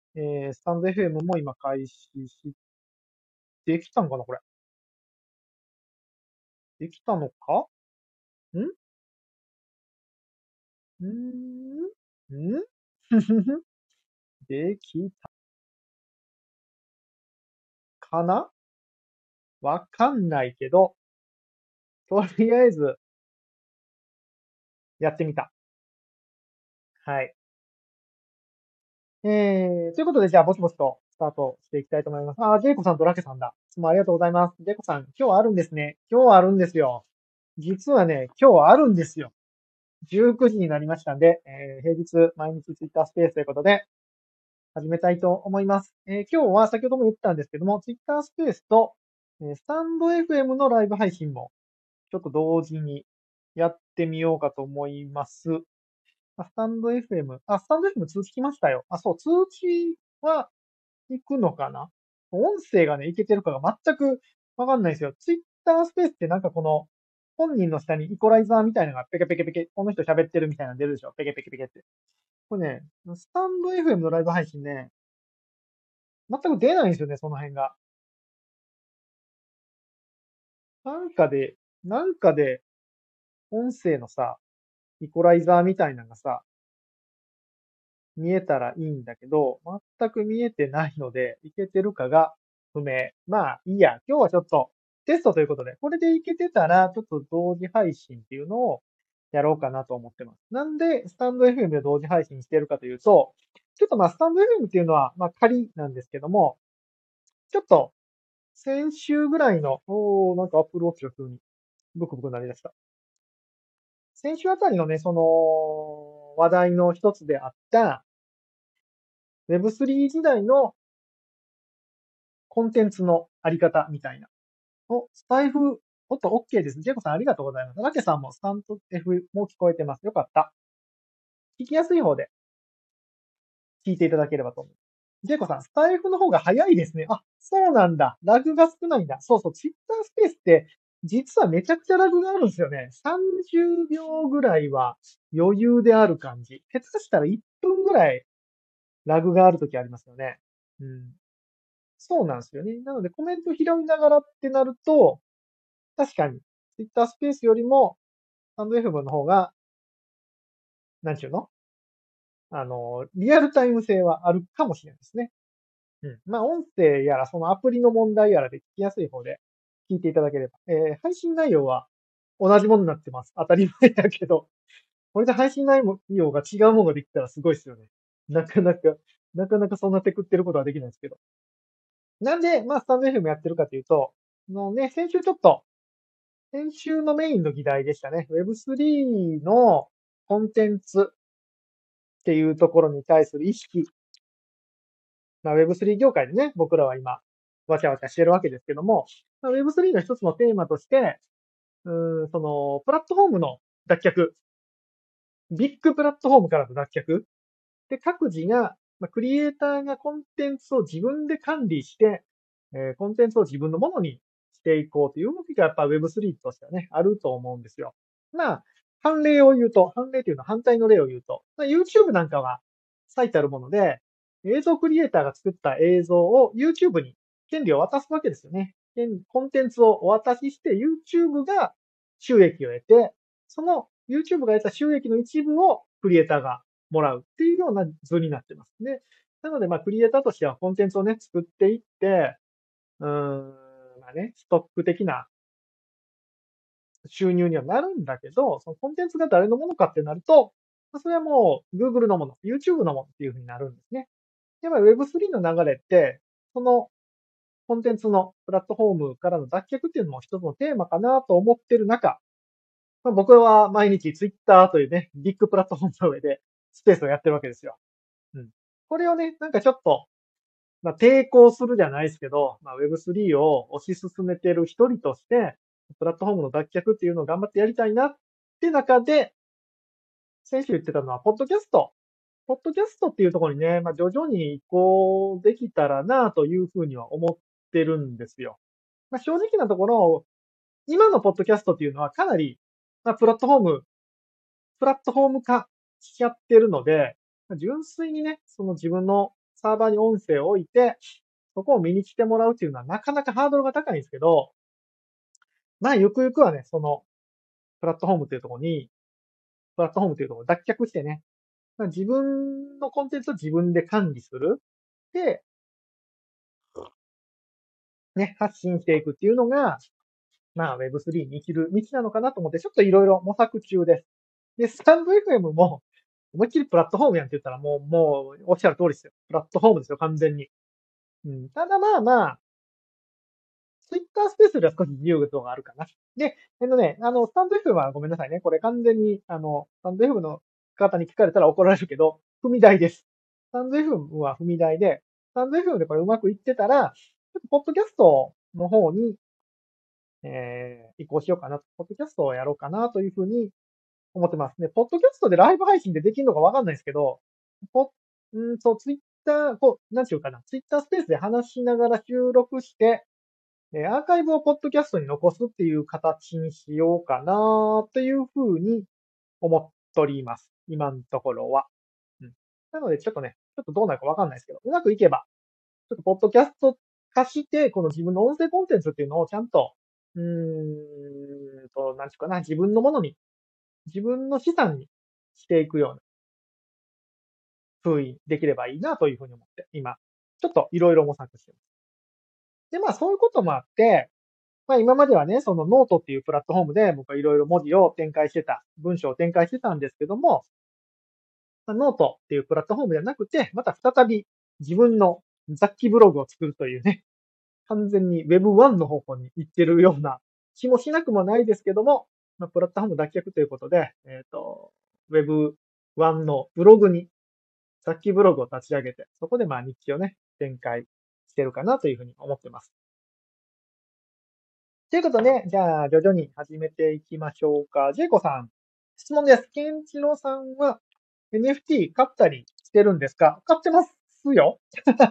スタンド FM も今開始し、できたんかなこれ。できたのかんんできたかなわかんないけど、とりあえずやってみた。はい。ということで、じゃあ、ぼちぼちとスタートしていきたいと思います。ジェイコさんとラケさんだ。いつもありがとうございます。ジェイコさん、今日はあるんですね。今日はあるんですよ。実はね、今日はあるんですよ。19時になりましたんで、平日毎日ツイッタースペースということで、始めたいと思います。今日は先ほども言ったんですけども、ツイッタースペースと、スタンド FM のライブ配信も、ちょっと同時にやってみようかと思います。スタンド FM、スタンド FM 通知来ましたよ。そう、通知は行くのかな音声がね、いけてるかが全くわかんないですよ。ツイッタースペースってなんかこの、本人の下にイコライザーみたいなのがペケペケペケ、この人喋ってるみたいなの出るでしょペケペケペケって。これね、スタンド FM のライブ配信ね、全く出ないんですよね、その辺が。なんかで、なんかで、音声のさ、イコライザーみたいなのがさ、見えたらいいんだけど、全く見えてないので、いけてるかが不明。まあ、いいや。今日はちょっとテストということで、これでいけてたら、ちょっと同時配信っていうのをやろうかなと思ってます。なんで、スタンド FM で同時配信してるかというと、ちょっとスタンド FM っていうのは、仮なんですけども、ちょっと、先週ぐらいの、なんかアップルウォッチが急にブクブク鳴り出した。先週あたりのね、その、話題の一つであった、Web3 時代のコンテンツのあり方みたいな。スタイフ、OK です。ジェイコさんありがとうございます。ラケさんもスタンド F も聞こえてます。よかった。聞きやすい方で聞いていただければと思う。ジェイコさん、スタイフの方が早いですね。そうなんだ。ラグが少ないんだ。そうそう、ツイッタースペースって、実はめちゃくちゃラグがあるんですよね。30秒ぐらいは余裕である感じ。下手したら1分ぐらいラグがあるときありますよね。うん。そうなんですよね。なのでコメント拾いながらってなると、確かに、Twitter スペースよりも、スタンド FM の方が、なんちゅうのリアルタイム性はあるかもしれないですね。うん。音声やら、そのアプリの問題やらで聞きやすい方で聞いていただければ。配信内容は同じものになってます。当たり前だけど、これで配信内容が違うものができたらすごいですよね。なかなか、なかなかそんなテクってることはできないですけど。なんで、スタンド FM やってるかというと、先週のメインの議題でしたね。Web3 のコンテンツっていうところに対する意識。Web3 業界でね、僕らは今、わちゃわちゃしてるわけですけども、Web3 の一つのテーマとして、その、プラットフォームの脱却、ビッグプラットフォームからの脱却、で、各自が、クリエイターがコンテンツを自分で管理して、コンテンツを自分のものにしていこうという動きがやっぱ Web3 としてはね、あると思うんですよ。反例というのは反対の例を言うと、YouTube なんかは最たるもので、映像クリエイターが作った映像を YouTube に権利を渡すわけですよね。コンテンツをお渡しして YouTube が収益を得て、その YouTube が得た収益の一部をクリエイターがもらうっていうような図になってますね。なので、クリエイターとしてはコンテンツをね、作っていって、ストック的な収入にはなるんだけど、そのコンテンツが誰のものかってなると、それはもう Google のもの、YouTube のものっていうふうになるんですね。やっぱり Web3 の流れって、そのコンテンツのプラットフォームからの脱却っていうのも一つのテーマかなと思ってる中、僕は毎日 Twitter というね、ビッグプラットフォームの上でスペースをやってるわけですよ。うん。これをね、なんかちょっと、抵抗するじゃないですけど、Web3 を推し進めてる一人として、プラットフォームの脱却っていうのを頑張ってやりたいなって中で、先週言ってたのは、ポッドキャスト。ポッドキャストっていうところにね、徐々に移行できたらなというふうには思ってるんですよ。正直なところ、今のポッドキャストっていうのはかなり、プラットフォーム化しちゃってるので、純粋にね、その自分のサーバーに音声を置いて、そこを見に来てもらうっていうのはなかなかハードルが高いんですけど、まあ、ゆくゆくはね、その、プラットフォームっていうところに、プラットフォームっていうところを脱却してね、まあ自分のコンテンツを自分で管理する。で、ね、発信していくっていうのが、まあ Web3 に生きる道なのかなと思って、ちょっといろいろ模索中です。で、スタンド FM も、思いっきりプラットフォームやんって言ったらもう、おっしゃる通りですよ。プラットフォームですよ、完全に。うん。ただまあまあ、ツイッタースペースでは少し自由度があるかな。で、スタンド FM はごめんなさいね。これ完全に、スタンド FM の方に聞かれたら怒られるけど、踏み台です。スタンド FM は踏み台で、スタンド FM でこれうまくいってたら、ちょっとポッドキャストの方に、移行しようかな。ポッドキャストをやろうかなというふうに思ってますね。ポッドキャストでライブ配信でできるのかわかんないですけど、ツイッター、なんていうかな、ツイッタースペースで話しながら収録して、アーカイブをポッドキャストに残すっていう形にしようかなというふうに思っております。今のところは。うん。なのでちょっとどうなるかわかんないですけど、うまくいけば、ちょっとポッドキャスト化して、この自分の音声コンテンツっていうのをちゃんと、なんていうかな、自分のものに、自分の資産にしていくような風にできればいいなというふうに思って、今、ちょっといろいろ模索してます。で、まあそういうこともあって、まあ今まではね、そのノートっていうプラットフォームで僕はいろいろ文字を展開してた、文章を展開してたんですけども、まあ、ノートっていうプラットフォームじゃなくて、また再び自分の雑記ブログを作るというね、完全に Web1 の方向に行ってるような気もしなくもないですけども、まあ、プラットフォーム脱却ということで、Web1 のブログに、雑記ブログを立ち上げて、そこでまあ日記をね、展開してるかなというふうに思ってます。ということで、じゃあ、徐々に始めていきましょうか。ジェイコさん、質問です。ケンチロさんは NFT 買ったりしてるんですか？買ってますよ。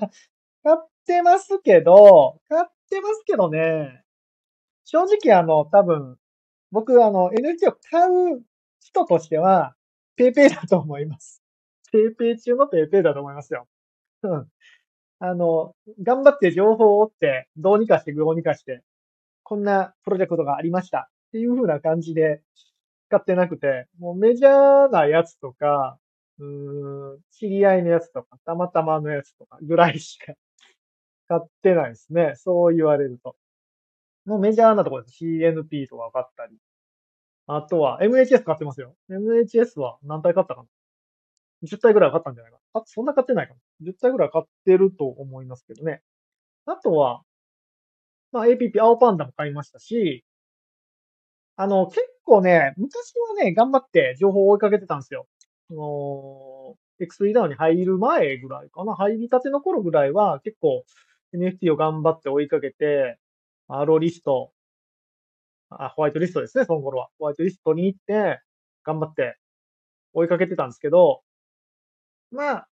買ってますけどね、正直多分、僕NFT を買う人としては、ペイペイだと思います。ペイペイ中のペイペイだと思いますよ。うん。頑張って情報を追って、どうにかして、こんなプロジェクトがありました。っていう風な感じで使ってなくて、もうメジャーなやつとか、知り合いのやつとか、たまたまのやつとかぐらいしか買ってないですね。そう言われると。もうメジャーなところです。CNP とか買ったり。あとは MHS 買ってますよ。MHS は何体買ったかな？ 10 体ぐらい買ったんじゃないかな。そんな買ってないかな。10体ぐらい買ってると思いますけどね。あとは、まあ APP 青パンダも買いましたし、結構ね、昔はね、頑張って情報を追いかけてたんですよ。X3 ダウンに入る前ぐらいかな。入りたての頃ぐらいは結構 NFT を頑張って追いかけて、アローリスト、ホワイトリストですね、その頃は。ホワイトリストに行って、頑張って追いかけてたんですけど、まあ、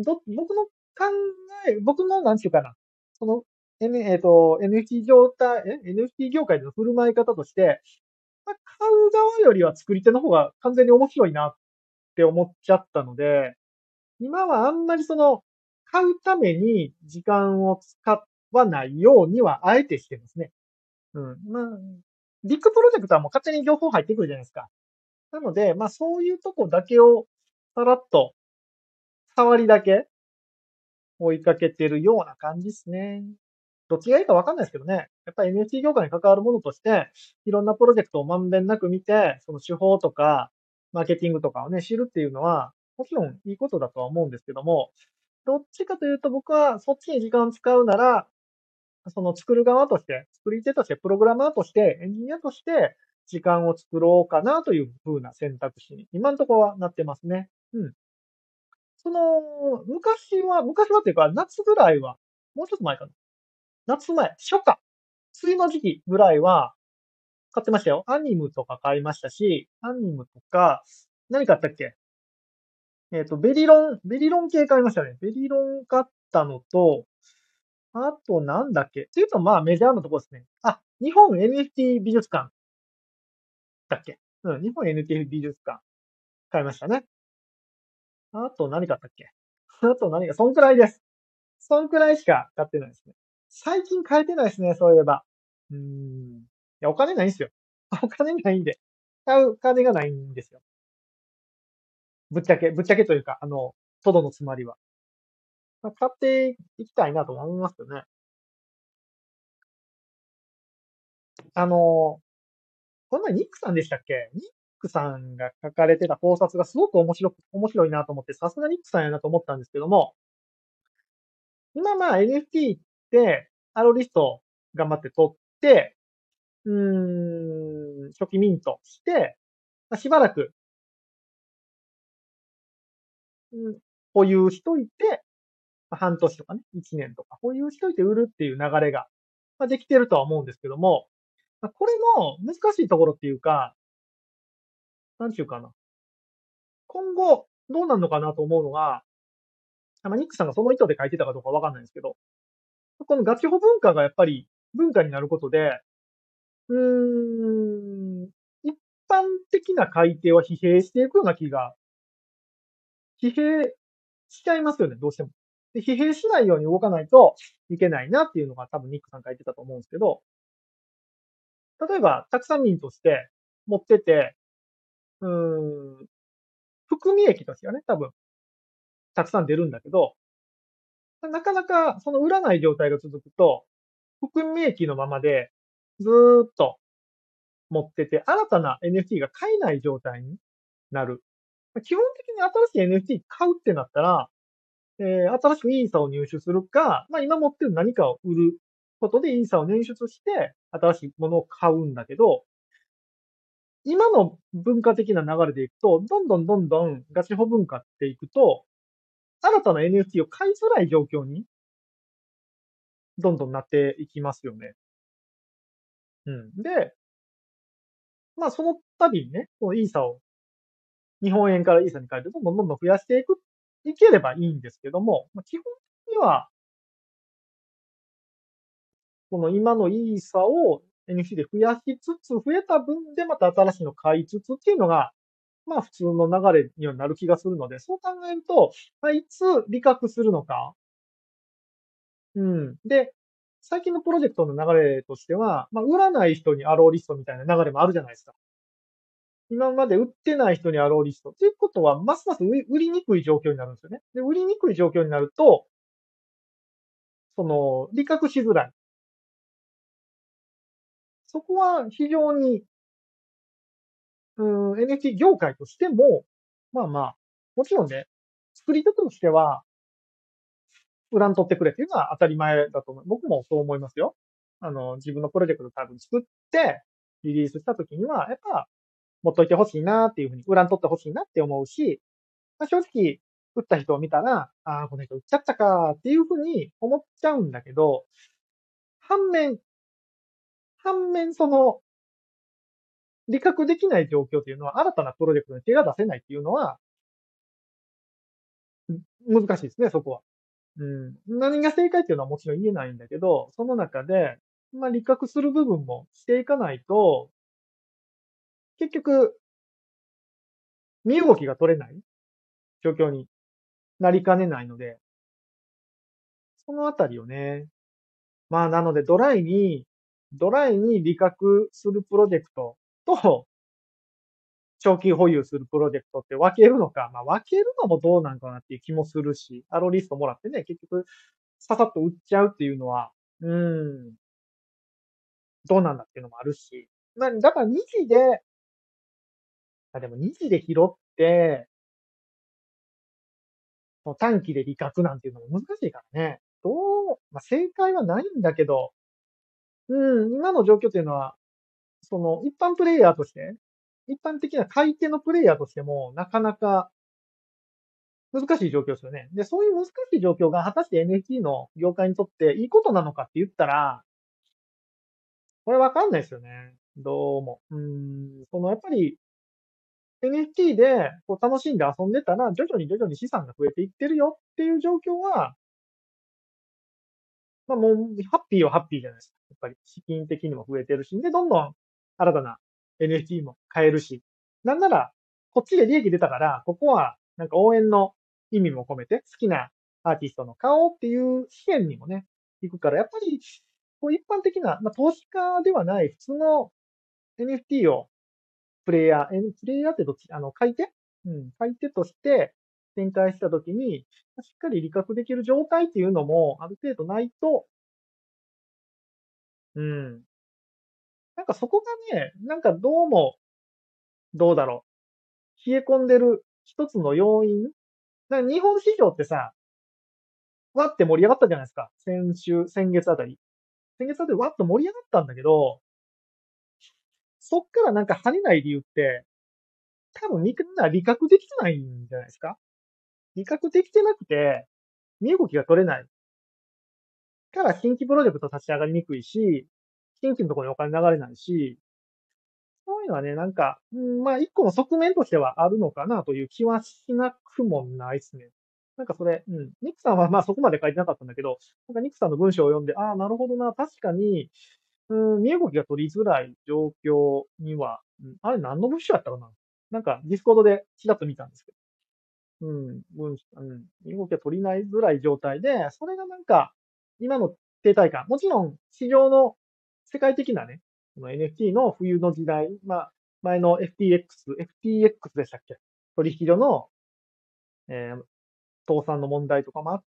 僕のなんていうかな、その、NFT NFT 業界での振る舞い方として、まあ、買う側よりは作り手の方が完全に面白いなって思っちゃったので、今はあんまり買うために時間を使わないようにはあえてしてますね。うん。まあ、ビッグプロジェクトはもう勝手に情報入ってくるじゃないですか。なので、まあそういうとこだけをさらっと触りだけ追いかけてるような感じですね。どっちがいいかわかんないですけどね。やっぱり NFT 業界に関わるものとして、いろんなプロジェクトをまんべんなく見て、その手法とか、マーケティングとかをね、知るっていうのは、もちろんいいことだとは思うんですけども、どっちかというと僕はそっちに時間を使うなら、その作る側として、作り手として、プログラマーとして、エンジニアとして、時間を作ろうかなという風な選択肢に、今のところはなってますね。うん。昔はっていうか、夏ぐらいは、もうちょっと前かな。夏前、初夏、梅雨の時期ぐらいは買ってましたよ。アニムとか買いましたし、アニムとか、何買ったっけ？ベリロン系買いましたね。ベリロン買ったのと、あとなんだっけっていうとまあメジャーなとこですね。あ、日本 NFT 美術館だっけ？うん、日本 NFT 美術館買いましたね。あと何買ったっけ？あとそんくらいです。 そんくらいしか買ってないですね。最近買えてないですね、そういえば。いや、お金ないんですよ。お金ないんで。買う金がないんですよ。ぶっちゃけというか、とどのつまりは。まあ、買っていきたいなと思いますよね。あの、この前ニックさんでしたっけ？ニックさんが書かれてた考察がすごく面白いなと思って、さすがニックさんやなと思ったんですけども、今まあ NFT って、アロリスト頑張って取って、初期ミントして、まあ、しばらく、うん、保有しといて、まあ、半年とかね、1年とか保有しといて売るっていう流れが、まあ、できてるとは思うんですけども、まあ、これの難しいところっていうか、なんちゅうかな。今後、どうなるのかなと思うのが、まあ、ニックさんがその意図で書いてたかどうかわかんないんですけど、このガチホ文化がやっぱり文化になることで、うーん、一般的な改定は疲弊していくような気が、疲弊しちゃいますよね、どうしても。で、疲弊しないように動かないといけないなっていうのが多分ニックさん書いてたと思うんですけど、例えば、たくさん民として持ってて、うーん、含み益としてはね、多分、たくさん出るんだけど、なかなかその売らない状態が続くと、含み益のままで、ずーっと持ってて、新たな NFT が買えない状態になる。基本的に新しい NFT 買うってなったら、新しくイーサを入手するか、まあ今持ってる何かを売ることでイーサを捻出して、新しいものを買うんだけど、今の文化的な流れでいくと、どんどんガチホ文化っていくと、新たな NFT を買いづらい状況にどんどんなっていきますよね。うん。で、まあその度にね、このイーサを日本円からイーサに変えてどんどん増やしていければいいんですけども、まあ、基本的には、この今のイーサを NFT で増やしつつ、増えた分でまた新しいの買いつつっていうのが、まあ普通の流れにはなる気がするので、そう考えると、まあ、いつ利確するのか。うん。で、最近のプロジェクトの流れとしては、まあ売らない人にアローリストみたいな流れもあるじゃないですか。今まで売ってない人にアローリスト。ということは、ますます売りにくい状況になるんですよね。で、売りにくい状況になると、利確しづらい。そこは非常に、NFT 業界としても、まあまあ、もちろんね、作り手としては、売らんとってくれっていうのは当たり前だと思う。僕もそう思いますよ。自分のプロジェクト多分作って、リリースした時には、やっぱ、持っといてほしいなっていうふうに、売らんとってほしいなって思うし、まあ、正直、売った人を見たら、ああ、この人売っちゃったかっていうふうに思っちゃうんだけど、反面、理覚できない状況っていうのは、新たなプロジェクトに手が出せないっていうのは、難しいですね、そこは。うん。何が正解っていうのはもちろん言えないんだけど、その中で、まあ、理覚する部分もしていかないと、結局、身動きが取れない状況になりかねないので、そのあたりをね、まあ、なので、ドライに理覚するプロジェクトと、長期保有するプロジェクトって分けるのか、まあ分けるのもどうなんかなっていう気もするし、アロリストもらってね、結局、ささっと売っちゃうっていうのは、どうなんだっていうのもあるし、まあ、だから2時で、でも2時で拾って、短期で利確なんていうのも難しいからね。まあ、正解はないんだけど、今の状況っていうのは、一般プレイヤーとして、一般的な買い手のプレイヤーとしても、なかなか難しい状況ですよね。で、そういう難しい状況が果たして NFT の業界にとっていいことなのかって言ったら、これわかんないですよね。どうも。やっぱり NFT でこう楽しんで遊んでたら、徐々に資産が増えていってるよっていう状況は、まあもう、ハッピーはハッピーじゃないですか。やっぱり資金的にも増えてるし、で、どんどん新たな NFT も買えるし、なんなら、こっちで利益出たから、ここはなんか応援の意味も込めて、好きなアーティストの顔っていう視点にもね、行くから、やっぱり、こう一般的な、投資家ではない普通の NFT をプレイヤーってどっち、買い手買い手として展開したときに、しっかり理覚できる状態っていうのもある程度ないと、うん。なんかそこがね、なんかどうも、どうだろう。冷え込んでる一つの要因。なんか日本市場ってさ、わって盛り上がったじゃないですか。先月あたり。先月あたりわっと盛り上がったんだけど、そっからなんか跳ねない理由って、多分みんな理覚できてないんじゃないですか。理覚できてなくて、身動きが取れないから新規プロジェクト立ち上がりにくいし、新規のところにお金流れないし、そういうのはね、なんか、まあ一個の側面としてはあるのかなという気はしなくもないですね。なんかそれ、ニックさんはまあそこまで書いてなかったんだけど、なんかニックさんの文章を読んで、ああ、なるほどな、確かに、身動きが取りづらい状況には、あれ何の文章やったかな。なんかディスコードでちらっと見たんですけど、身動きが取りないづらい状態で、それがなんか、今の停滞感、もちろん市場の世界的なね、この NFT の冬の時代、まあ、前の FTX でしたっけ、取引所の、倒産の問題とかもあって、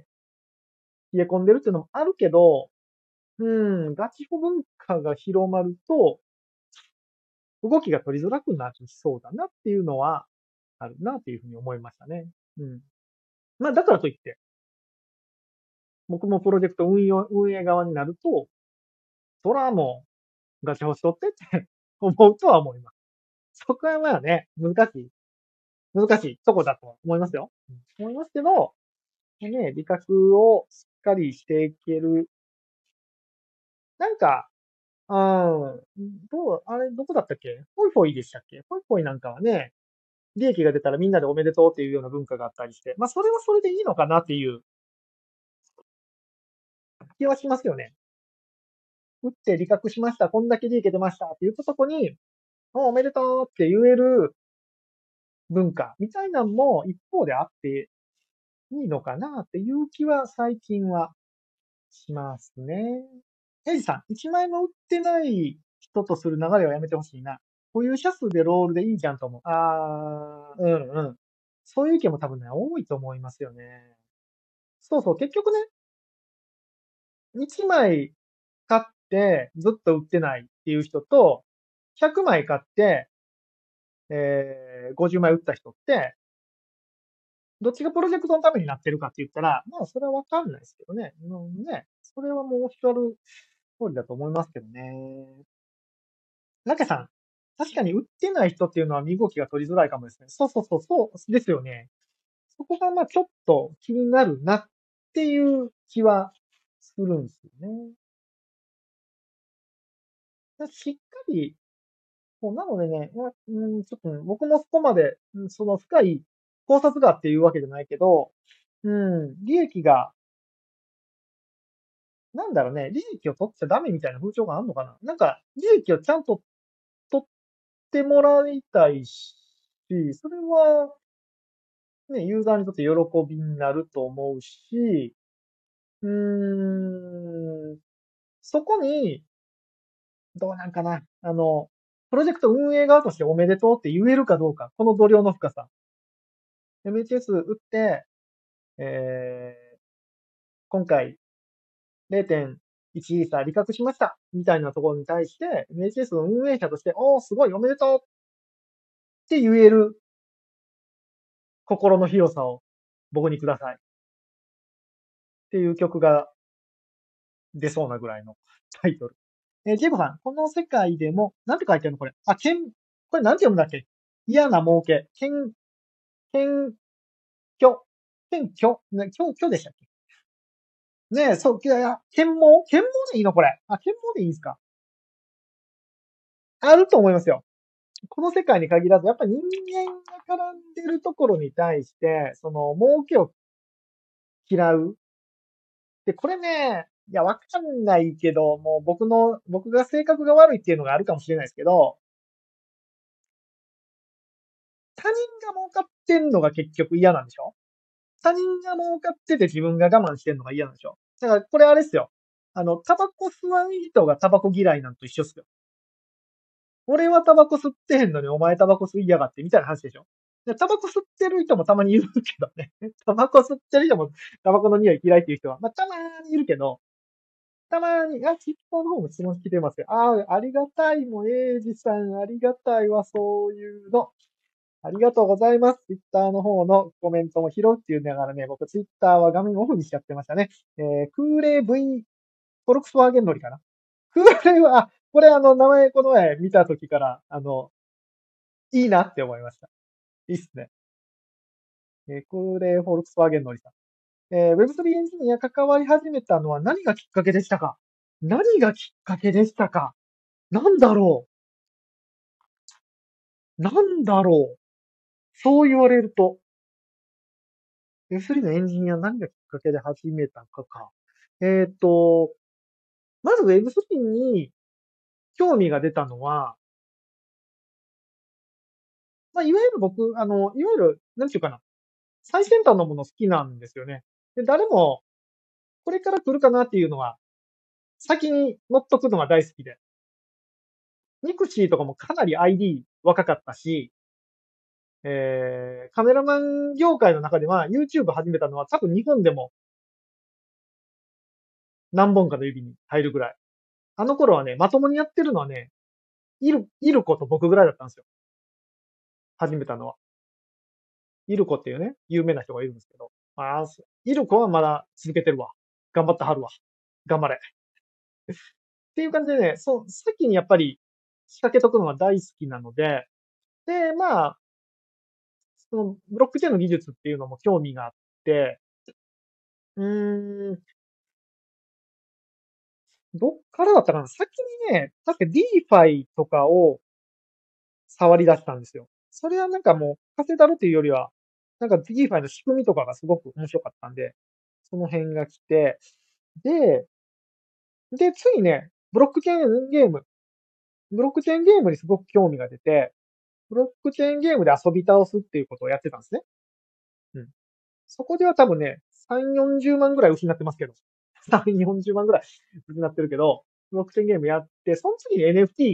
冷え込んでるっていうのもあるけど、ガチホ文化が広まると、動きが取りづらくなりそうだなっていうのは、あるなっていうふうに思いましたね。うん。まあ、だからといって、僕もプロジェクト運営側になると、そらもう、ガチホしとってって思うとは思います。そこはまあね、難しいとこだと思いますよ。思いますけど、ね、理覚をしっかりしていける。なんか、うん、あれ、どこだったっけ、ホイホイでしたっけ、ホイホイなんかはね、利益が出たらみんなでおめでとうっていうような文化があったりして、まあそれはそれでいいのかなっていう気はしますよね。打って利確しました、こんだけ利益出ましたって言ったとこに、おめでとうって言える文化みたいなのも一方であっていいのかなっていう気は最近はしますね。エイジさん、1万円も売ってない人とする流れはやめてほしいな。保有者数でロールでいいじゃんと思う。そういう意見も多分ね、多いと思いますよね。そうそう、結局ね、1枚買ってずっと売ってないっていう人と、100枚買って、50枚売った人って、どっちがプロジェクトのためになってるかって言ったら、まあ、それはわかんないですけどね。それはもうおっしゃる通りだと思いますけどね。中さん、確かに売ってない人っていうのは身動きが取りづらいかもですね。そうですよね。そこがまあちょっと気になるなっていう気はするんですよね。しっかり、なのでね、ちょっとね、僕もそこまで、その深い考察がっていうわけじゃないけど、利益が、なんだろうね、利益を取っちゃダメみたいな風潮があるのかな。なんか、利益をちゃんと取ってもらいたいし、それは、ね、ユーザーにとって喜びになると思うし、うーん、そこに、どうなんかな、プロジェクト運営側としておめでとうって言えるかどうか、この度量の深さ。MHS 打って、今回0.1イーサ利確しました。みたいなところに対して、MHS の運営者として、すごいおめでとうって言える心の広さを僕にください。っていう曲が出そうなぐらいのタイトル。ジェイコさん、この世界でも、なんて書いてあるのこれ。これなんて読むんだっけ、嫌な儲け。謙虚。謙虚でしたっけねえ、そう、剣謀でいいのこれ。剣謀でいいんですか？あると思いますよ。この世界に限らず、やっぱ人間が絡んでるところに対して、その、儲けを嫌う。で、これね、いや、わかんないけど、もう僕が性格が悪いっていうのがあるかもしれないですけど、他人が儲かってんのが結局嫌なんでしょ？ 他人が儲かってて自分が我慢してんのが嫌なんでしょ。だから、これあれっすよ。タバコ吸わん人がタバコ嫌いなんと一緒っすよ。俺はタバコ吸ってへんのにお前タバコ吸いやがってみたいな話でしょ。でタバコ吸ってる人もたまにいるけどね。タバコ吸ってる人もタバコの匂い嫌いっていう人は、まあ、たまにいるけど、たまに、ツイッターの方も質問来てますよ。ありがたいもん、エイジさん、ありがたいわ、そういうの。ありがとうございます。ツイッターの方のコメントも拾うっていうながらね、僕ツイッターは画面オフにしちゃってましたね。空冷 V、フォルクスワーゲン乗りかな。空冷は、これ名前この前見た時から、いいなって思いました。いいっすね。空冷フォルクスワーゲン乗りさん。Web3 エンジニア関わり始めたのは何がきっかけでしたか？何がきっかけでしたか？なんだろなんだろう。そう言われると、Web3 のエンジニア何がきっかけで始めたかか。えっと、まず Web3 に興味が出たのは、まあ、いわゆる僕、いわゆる、なんていうかな、最先端のもの好きなんですよね。で、誰も、これから来るかなっていうのは、先に乗っとくのが大好きで。ニクシーとかもかなり ID 若かったし、カメラマン業界の中では YouTube 始めたのは多分日本でも何本かの指に入るぐらい。あの頃はね、まともにやってるのはね、イルコと僕ぐらいだったんですよ。始めたのは。イルコっていうね、有名な人がいるんですけど。イルコはまだ続けてるわ。頑張ってはるわ。頑張れ。っていう感じでね、先にやっぱり仕掛けとくのが大好きなので、で、まあ、そのブロックチェーンの技術っていうのも興味があって、うーん、どっからだったかな。先にね、確か DeFi とかを触り出したんですよ。それはなんかもう稼いだるっていうよりは、なんか DeFi の仕組みとかがすごく面白かったんで、その辺が来て、で、次ね、ブロックチェーンゲームにすごく興味が出て、ブロックチェーンゲームで遊び倒すっていうことをやってたんですね。うん。そこでは多分ね、3、40万ぐらい失ってますけど。3、40万ぐらい失ってるけど、ブロックチェーンゲームやって、その次に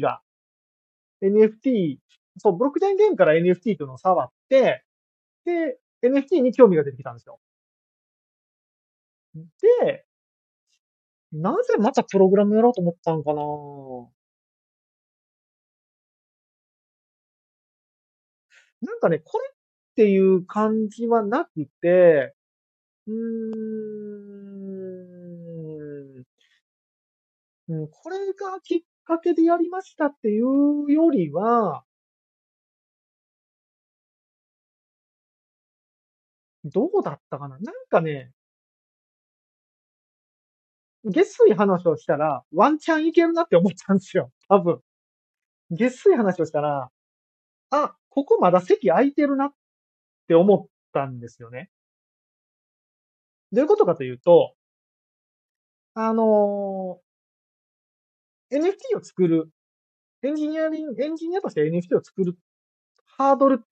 NFT、そう、ブロックチェーンゲームから NFT というのを触って、で、NFT に興味が出てきたんですよ。で、なぜまたプログラムやろうと思ったんかな。なんかね、これっていう感じはなくて、うーん、これがきっかけでやりましたっていうよりは、どうだったかな。なんかね、下水話をしたら、ワンチャンいけるなって思ったんですよ。多分。下水話をしたら、ここまだ席空いてるなって思ったんですよね。どういうことかというと、あの NFT を作る、エンジニアとして NFT を作るハードルって、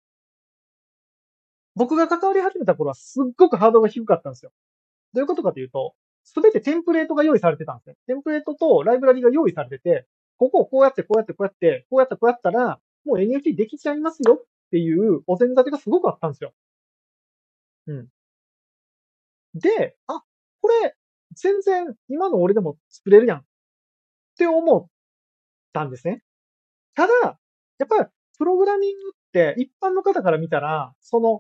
僕が関わり始めた頃はすっごくハードルが低かったんですよ。どういうことかというと、すべてテンプレートが用意されてたんですね。テンプレートとライブラリが用意されてて、ここをこうやって、こうやって、こうやって、こうやって、こうやったら、もう NFT できちゃいますよっていうお膳立てがすごくあったんですよ。うん。で、これ、全然今の俺でも作れるやんって思ったんですね。ただ、やっぱり、プログラミングって一般の方から見たら、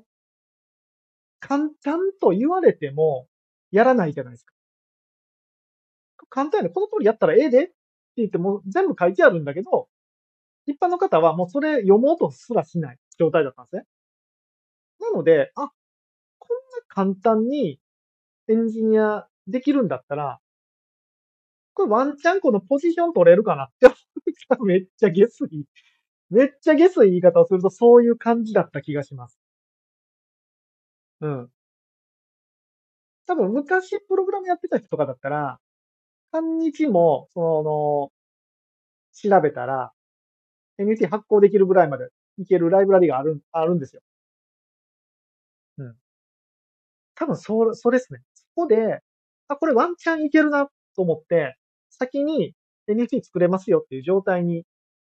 簡単と言われても、やらないじゃないですか。簡単やね。この通りやったらええでって言っても全部書いてあるんだけど、一般の方はもうそれ読もうとすらしない状態だったんですね。なので、こんな簡単にエンジニアできるんだったら、これワンチャンこのポジション取れるかなって思ったらめっちゃゲスい言い方をするとそういう感じだった気がします。うん。多分昔プログラムやってた人とかだったら、半日も、調べたら、NFT 発行できるぐらいまでいけるライブラリがあるんですよ。うん。 多分それですね。そこで、これワンチャンいけるなと思って、先に NFT 作れますよっていう状態に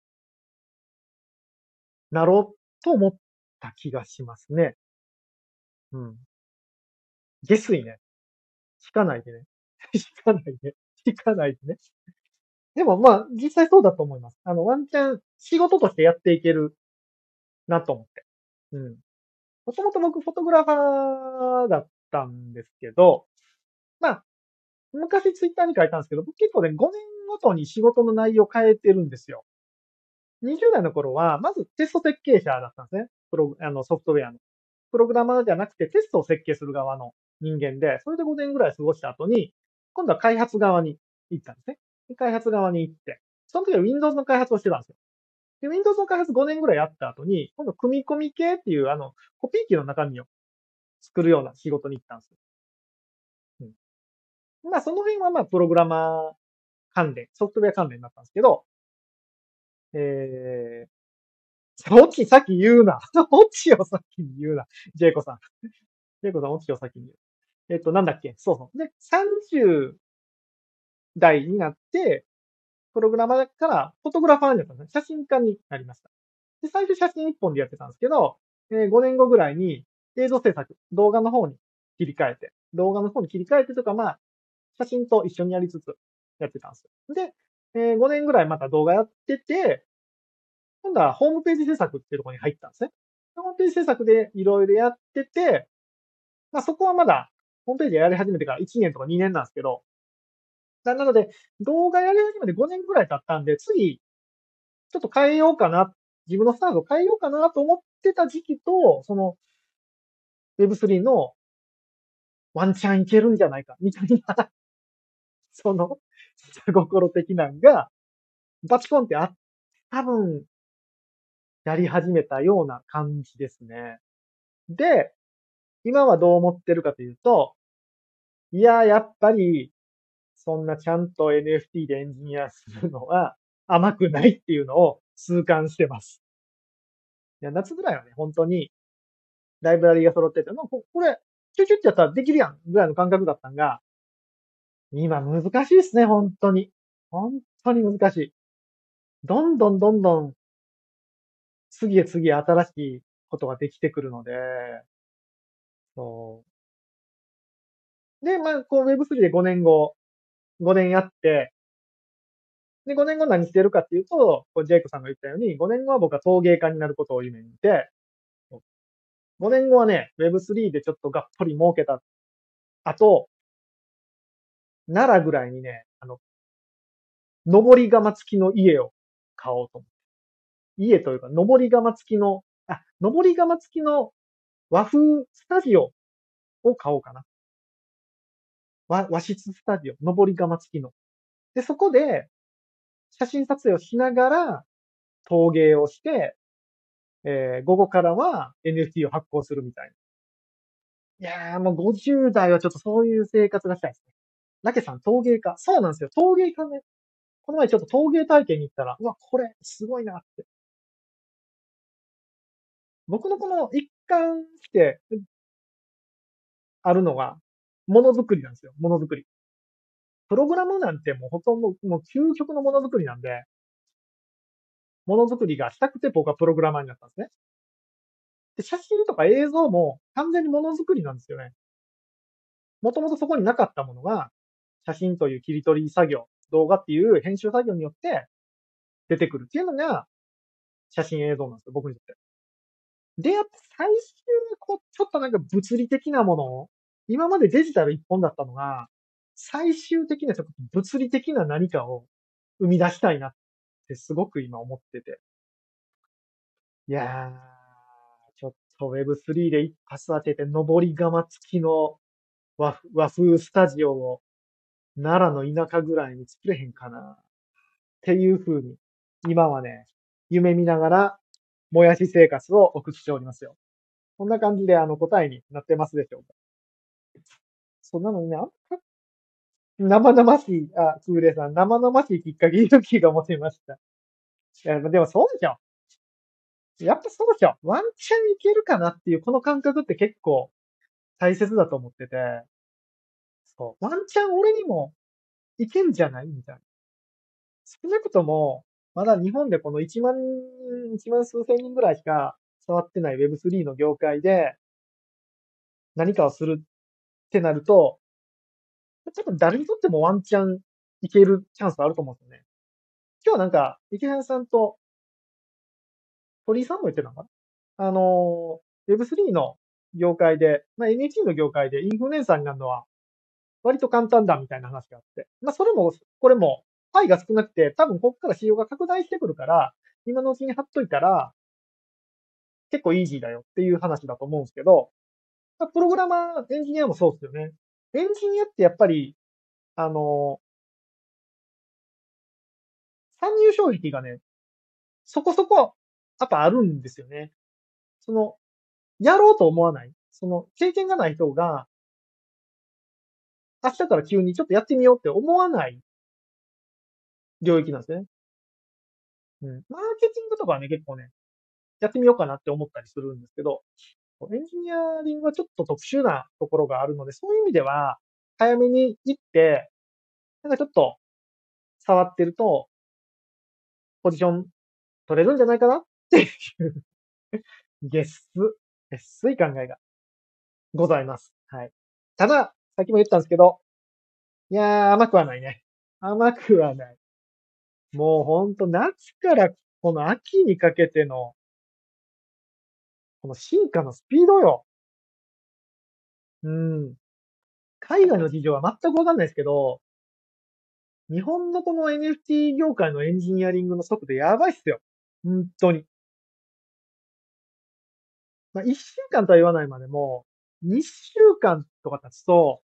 なろうと思った気がしますね。うん。下水ね。引かないでね。引かないで。引かないでね。でもまあ、実際そうだと思います。ワンチャン仕事としてやっていけるなと思って。うん。もともと僕フォトグラファーだったんですけど、まあ、昔ツイッターに書いたんですけど、僕結構ね、5年ごとに仕事の内容変えてるんですよ。20代の頃は、まずテスト設計者だったんですね。ソフトウェアの。プログラマーじゃなくてテストを設計する側の人間で、それで5年ぐらい過ごした後に、今度は開発側に行ったんですね。で開発側に行って、その時は Windows の開発をしてたんですよ。で、Windows の開発5年ぐらいやった後に、今度組み込み系っていうコピー機の中身を作るような仕事に行ったんですよ。うん。まあ、その辺はまあ、プログラマー関連、ソフトウェア関連になったんですけど、えオチ先言うな。オチを先に言うな。ジェイコさん。ジェイコさん、オチを先に言う。なんだっけそうそう。で、30代になって、プログラマーからフォトグラファーになったんですね。写真家になりました。で、最初写真一本でやってたんですけど、5年後ぐらいに映像制作、動画の方に切り替えて、動画の方に切り替えてとか、まあ、写真と一緒にやりつつやってたんですよ。で、5年ぐらいまた動画やってて、今度はホームページ制作っていうところに入ったんですね。ホームページ制作でいろいろやってて、まあそこはまだ、ホームページやり始めてから1年とか2年なんですけど、なので、動画やり始めて5年ぐらい経ったんで、次、ちょっと変えようかな、自分のスタイルを変えようかなと思ってた時期と、その Web3 のワンチャンいけるんじゃないか、みたいな、その、下心的なんが、バチコンって多分、やり始めたような感じですね。で、今はどう思ってるかというと、いや、やっぱり、そんなちゃんと NFT でエンジニアするのは甘くないっていうのを痛感してます。いや、夏ぐらいはね、本当にライブラリーが揃ってて、これ、ちょいちょいってやったらできるやんぐらいの感覚だったんが、今難しいですね、本当に。本当に難しい。どんどんどんどん次へ次へ新しいことができてくるので、そう。で、まあ、こう Web3 で5年後、5年やって、で、5年後何してるかっていうと、ジェイクさんが言ったように、5年後は僕は陶芸家になることを夢見て、5年後はね、Web3 でちょっとがっぽり儲けた後、奈良ぐらいにね、登り窯付きの家を買おうと思って。家というか、登り窯付きの和風スタジオを買おうかな。和室スタジオ、登り窯付きの。で、そこで、写真撮影をしながら、陶芸をして、午後からは NFT を発行するみたいな。いやーもう50代はちょっとそういう生活がしたいですね。ラケさん陶芸家。そうなんですよ。陶芸家ね。この前ちょっと陶芸体験に行ったら、うわ、これ、すごいなって。僕のこの一貫してあるのが、ものづくりなんですよ。ものづくり。プログラムなんてもうほとんど、もう究極のものづくりなんで、ものづくりがしたくて僕はプログラマーになったんですね。で、写真とか映像も完全にものづくりなんですよね。もともとそこになかったものが、写真という切り取り作業、動画っていう編集作業によって出てくるっていうのが写真映像なんですよ、僕にとって。で、やっぱ最終ちょっとなんか物理的なものを、今までデジタル一本だったのが、最終的にはちょっと物理的な何かを生み出したいなってすごく今思ってて。いやー、ちょっと Web3 で一発当てて、登り窯付きの和風スタジオを奈良の田舎ぐらいに作れへんかなっていう風に、今はね、夢見ながら、もやし生活を送っておりますよ。こんな感じで答えになってますでしょうか。そんなのにね、生々しい、クーレイさん、生々しいきっかけ、勇気が持てました。いや、でもそうでしょ。やっぱそうでしょ。ワンチャンいけるかなっていう、この感覚って結構、 大切だと思ってて、そう、ワンチャン俺にもいけんじゃないみたいな。少なくとも、まだ日本でこの1万人、1万数千人ぐらいしか触ってない Web3 の業界で何かをするってなると、多分誰にとってもワンチャンいけるチャンスあると思うんですよね。今日はなんか、池原さんと鳥居さんも言ってたのかなWeb3 の業界で、NFT の業界でインフルエンサーになるのは割と簡単だみたいな話があって。それも、これも、パイが少なくて、多分ここから市場が拡大してくるから、今のうちに貼っといたら、結構イージーだよっていう話だと思うんですけど、プログラマー、エンジニアもそうですよね。エンジニアってやっぱり、あの、参入障壁がね、そこそこ、やっぱあるんですよね。その、やろうと思わない。その、経験がない人が、明日から急にちょっとやってみようって思わない領域なんですね。うん。マーケティングとかはね、結構ね、やってみようかなって思ったりするんですけど、エンジニアリングはちょっと特殊なところがあるので、そういう意味では、早めに行って、なんかちょっと触ってると、ポジション取れるんじゃないかなっていうげっす、げっすい考えがございます。はい。ただ、さっきも言ったんですけど、いやー、甘くはないね。甘くはない。もうほんと夏からこの秋にかけての、この進化のスピードよ。うん。海外の事情は全くわかんないですけど、日本のこの NFT 業界のエンジニアリングの速度やばいっすよ。本当に。1週間とは言わないまでも、2週間とか経つと、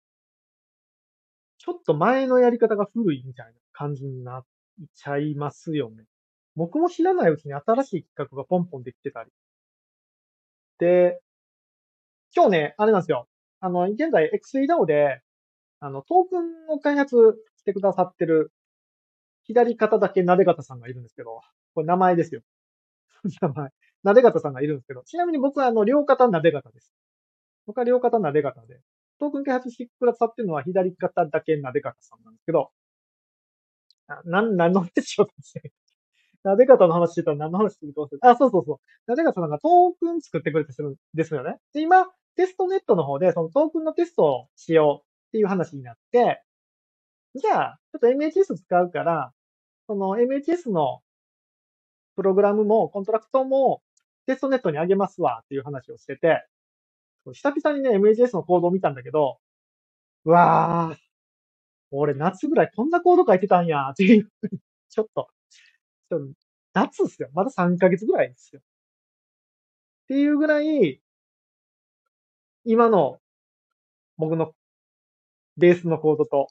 ちょっと前のやり方が古いみたいな感じになっちゃいますよね。僕も知らないうちに新しい企画がポンポンできてたり。で、今日ね、あれなんですよ。現在 XEDAO で、トークンを開発してくださってる、左肩だけなで方さんがいるんですけど、これ名前ですよ。名前。なで方さんがいるんですけど、ちなみに僕は両肩なで方です。僕は両肩なで方で、トークン開発してくださってるのは左肩だけなで方さんなんですけど、何の話しようとしてなで方の話してたら何の話するか忘れた。あ、そうそうそう。なで方さんがトークン作ってくれてるんですよね。で、今、テストネットの方で、そのトークンのテストをしようっていう話になって、じゃあ、ちょっと MHS 使うから、その MHS のプログラムも、コントラクトも、テストネットにあげますわっていう話をしてて、久々にね、MHS のコードを見たんだけど、うわー、俺夏ぐらいこんなコード書いてたんやっていう、ちょっと、ちょっと夏っすよ。まだ3ヶ月ぐらいですよ。っていうぐらい、今の僕のベースのコードと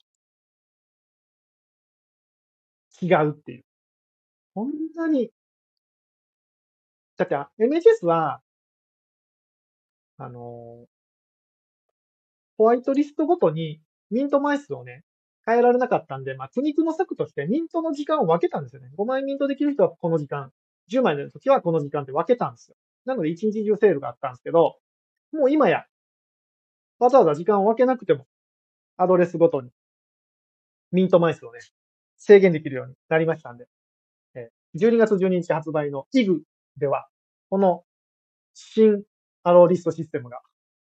違うっていう。こんなに、だって MHS は、あのホワイトリストごとにミント枚数をね、変えられなかったんで、苦肉の策としてミントの時間を分けたんですよね。5枚ミントできる人はこの時間、10枚の時はこの時間って分けたんですよ。なので1日中セールがあったんですけど、もう今や、わざわざ時間を分けなくても、アドレスごとにミント枚数をね、制限できるようになりましたんで、12月12日発売の IG では、この新アローリストシステムが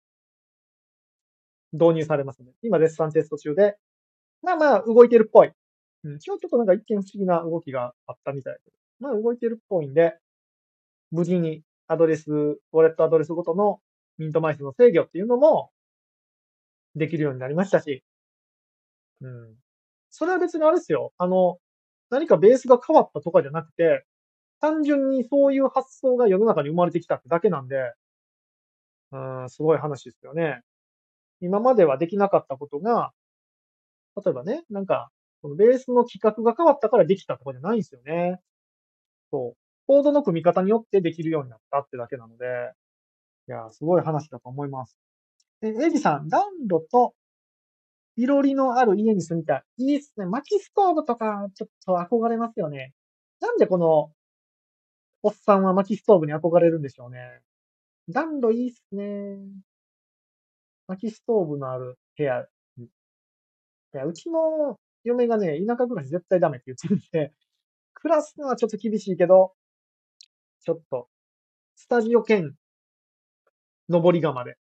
導入されますので、今絶賛テスト中で、動いてるっぽい。うん、今日ちょっとなんか一見不思議な動きがあったみたいだけど、動いてるっぽいんで、無事にアドレス、ウォレットアドレスごとのミント枚数の制御っていうのもできるようになりましたし、うん。それは別にあれですよ。何かベースが変わったとかじゃなくて、単純にそういう発想が世の中に生まれてきたってだけなんで、すごい話ですよね。今まではできなかったことが、例えばね、なんか、このベースの規格が変わったからできたとかじゃないんですよね。そう。コードの組み方によってできるようになったってだけなので、いや、すごい話だと思います。エイジさん、暖炉といろりのある家に住みたい。いいっすね。薪ストーブとか、ちょっと憧れますよね。なんでこの、おっさんは薪ストーブに憧れるんでしょうね。暖炉いいっすね。 薪ストーブのある部屋に。いや、うちの嫁がね、田舎暮らし絶対ダメって言ってるんで、暮らすのはちょっと厳しいけど、ちょっと、スタジオ兼登り窯で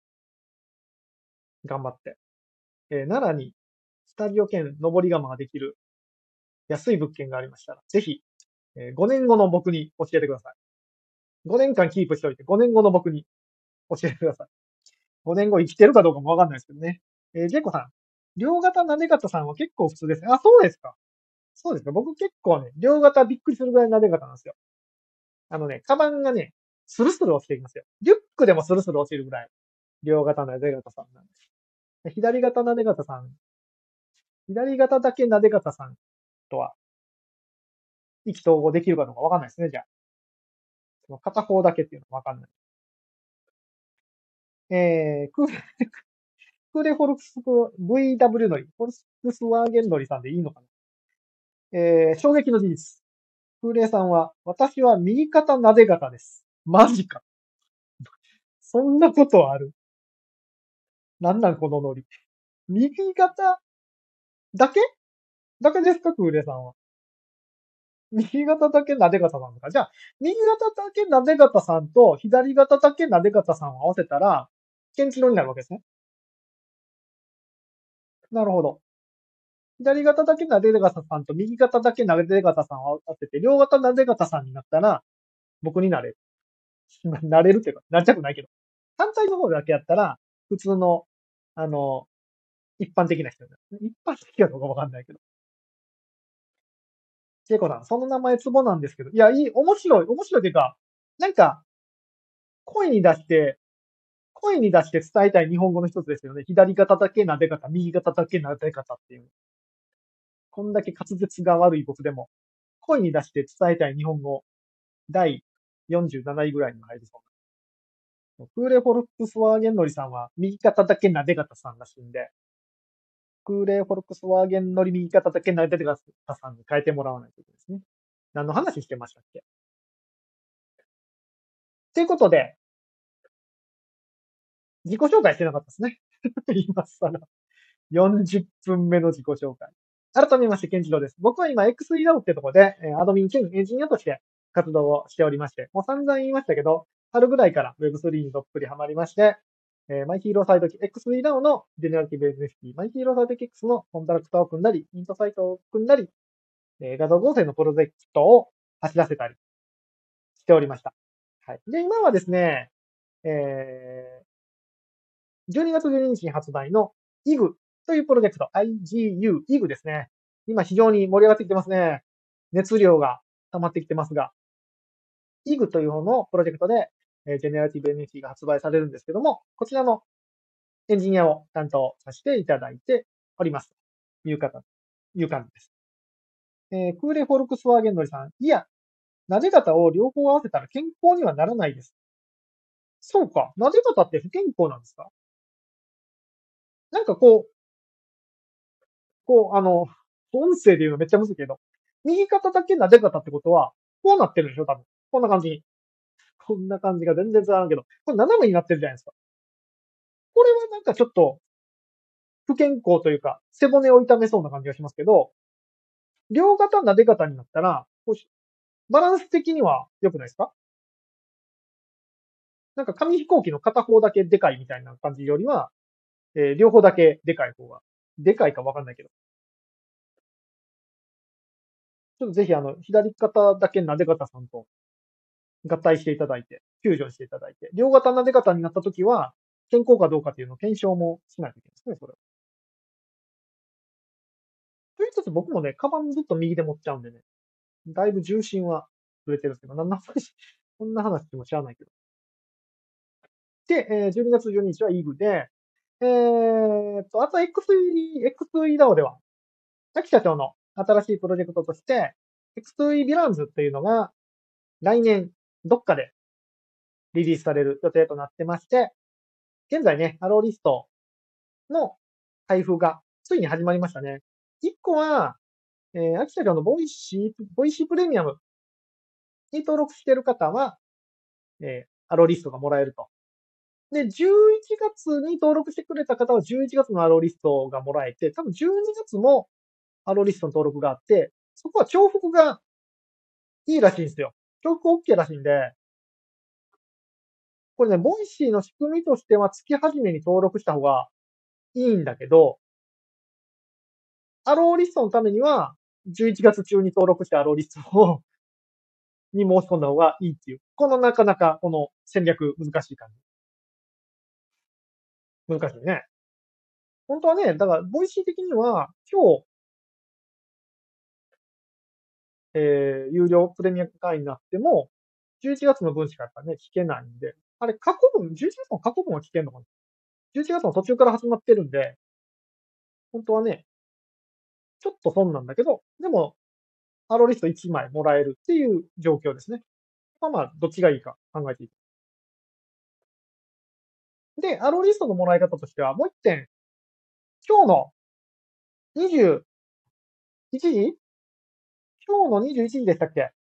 頑張って。奈良にスタジオ兼登り窯ができる安い物件がありましたら、ぜひ、5年後の僕に教えてください。5年間キープしておいて、5年後の僕に教えてください。5年後生きてるかどうかもわかんないですけどね。ジェイコさん。両型なで方さんは結構普通ですね。あ、そうですか。そうですか。僕結構ね、両型びっくりするぐらいなで方なんですよ。カバンがね、スルスル落ちていきますよ。リュックでもスルスル落ちるぐらい、両型なで方さんなんです。左型なで方さん、左型だけなで方さんとは、意気投合できるかどうかわかんないですね、じゃあ。その片方だけっていうのはわかんない。クーレフォルクス VW 乗り、フォルクスワーゲン乗りさんでいいのかな。衝撃の事実。クーレイさんは、私は右肩なで型です。マジか。そんなことある？なんなんこのノリ。右肩だけだけですかクーレイさんは。右肩だけなで型なのか。じゃあ、右肩だけなで型さんと左肩だけなで型さんを合わせたら、ケンチロになるわけですね。なるほど。左肩だけなで型さんと右肩だけなで型さんを合わせて、両肩なで型さんになったら、僕になれる。なれるっていうか、なりたくないけど。反対の方だけやったら、普通の、あの、一般的な人だ。一般的かどうかわかんないけど。ジェイコさん、その名前ツボなんですけど。いや、面白い、面白いっていうか、なんか、声に出して、声に出して伝えたい日本語の一つですよね。左肩だけ撫で方、右肩だけ撫で方っていう。こんだけ滑舌が悪い僕でも、声に出して伝えたい日本語、第47位ぐらいに入りそうな。クーレフォルクスワーゲン乗りさんは、右肩だけ撫で方さんらしいんで、クーレフォルクスワーゲン乗り右肩だけ撫で方さんに変えてもらわないといけないですね。何の話してましたっけ？ということで、自己紹介してなかったですね。今更。40分目の自己紹介。改めまして、ケンジロウです。僕は今、XE ラボってとこで、アドミン兼エンジニアとして活動をしておりまして、もう散々言いましたけど、春ぐらいから Web3 にどっぷりハマりまして、マイヒーローサイド XE ラボのジェネラティブ NFT、マイヒーローサイドキックスのコントラクターを組んだり、イントサイトを組んだり、画像合成のプロジェクトを走らせたりしておりました。はい。で、今はですね、12月12日に発売の IG というプロジェクト、IGU、IG ですね。今非常に盛り上がってきてますね。熱量が溜まってきてますが、IG という方のプロジェクトで、ジェネラティブ NFT が発売されるんですけども、こちらのエンジニアを担当させていただいております。いう感じです。クーレフォルクスワーゲンノリさん、いや、撫で方を両方合わせたら健康にはならないです。そうか。撫で方って不健康なんですか？なんか音声で言うのめっちゃむずいけど、右肩だけ撫で方ってことは、こうなってるでしょ多分。こんな感じに。こんな感じが全然伝わらんけど、これ斜めになってるじゃないですか。これはなんかちょっと不健康というか、背骨を痛めそうな感じがしますけど、両肩撫で方になったら、バランス的には良くないですか？なんか紙飛行機の片方だけでかいみたいな感じよりは、両方だけでかい方が、でかいかわかんないけど、ちょっとぜひ左肩だけ撫で方さんと合体していただいて、フュージョンしていただいて、両型撫で方になったときは、健康かどうかっていうのを検証もしないといけないですね、それは。と言いつつ僕もね、カバンずっと右で持っちゃうんでね、だいぶ重心はずれてるんですけど、なんな話、こんな話しても知らないけど。で、12月12日はイグで、あと XE ダオでは、滝社長の新しいプロジェクトとして、XE ヴィランズっていうのが来年どっかでリリースされる予定となってまして、現在ね、アローリストの配布がついに始まりましたね。1個は、秋社長のボイシープレミアムに登録している方は、アローリストがもらえると。 で、11月に登録してくれた方は11月のアローリストがもらえて、多分12月もアローリストの登録があって、そこは重複がいいらしいんですよ。重複 OK らしいんで、これね、ボイシーの仕組みとしては月始めに登録した方がいいんだけど、アローリストのためには、11月中に登録してアローリストに申し込んだ方がいいっていう。このなかなか、この戦略難しい感じ。難しいね。本当はね、だから、ボイシー的には、今日、有料プレミア会員になっても、11月の分しかやっぱね、聞けないんで、あれ、過去分、11月の過去分は聞けんのかな？ 11 月の途中から始まってるんで、本当はね、ちょっと損なんだけど、でも、アローリスト1枚もらえるっていう状況ですね。まあ、どっちがいいか考えていい。で、アローリストのもらい方としては、もう一点、今日の21時今日の21時でしたっけ？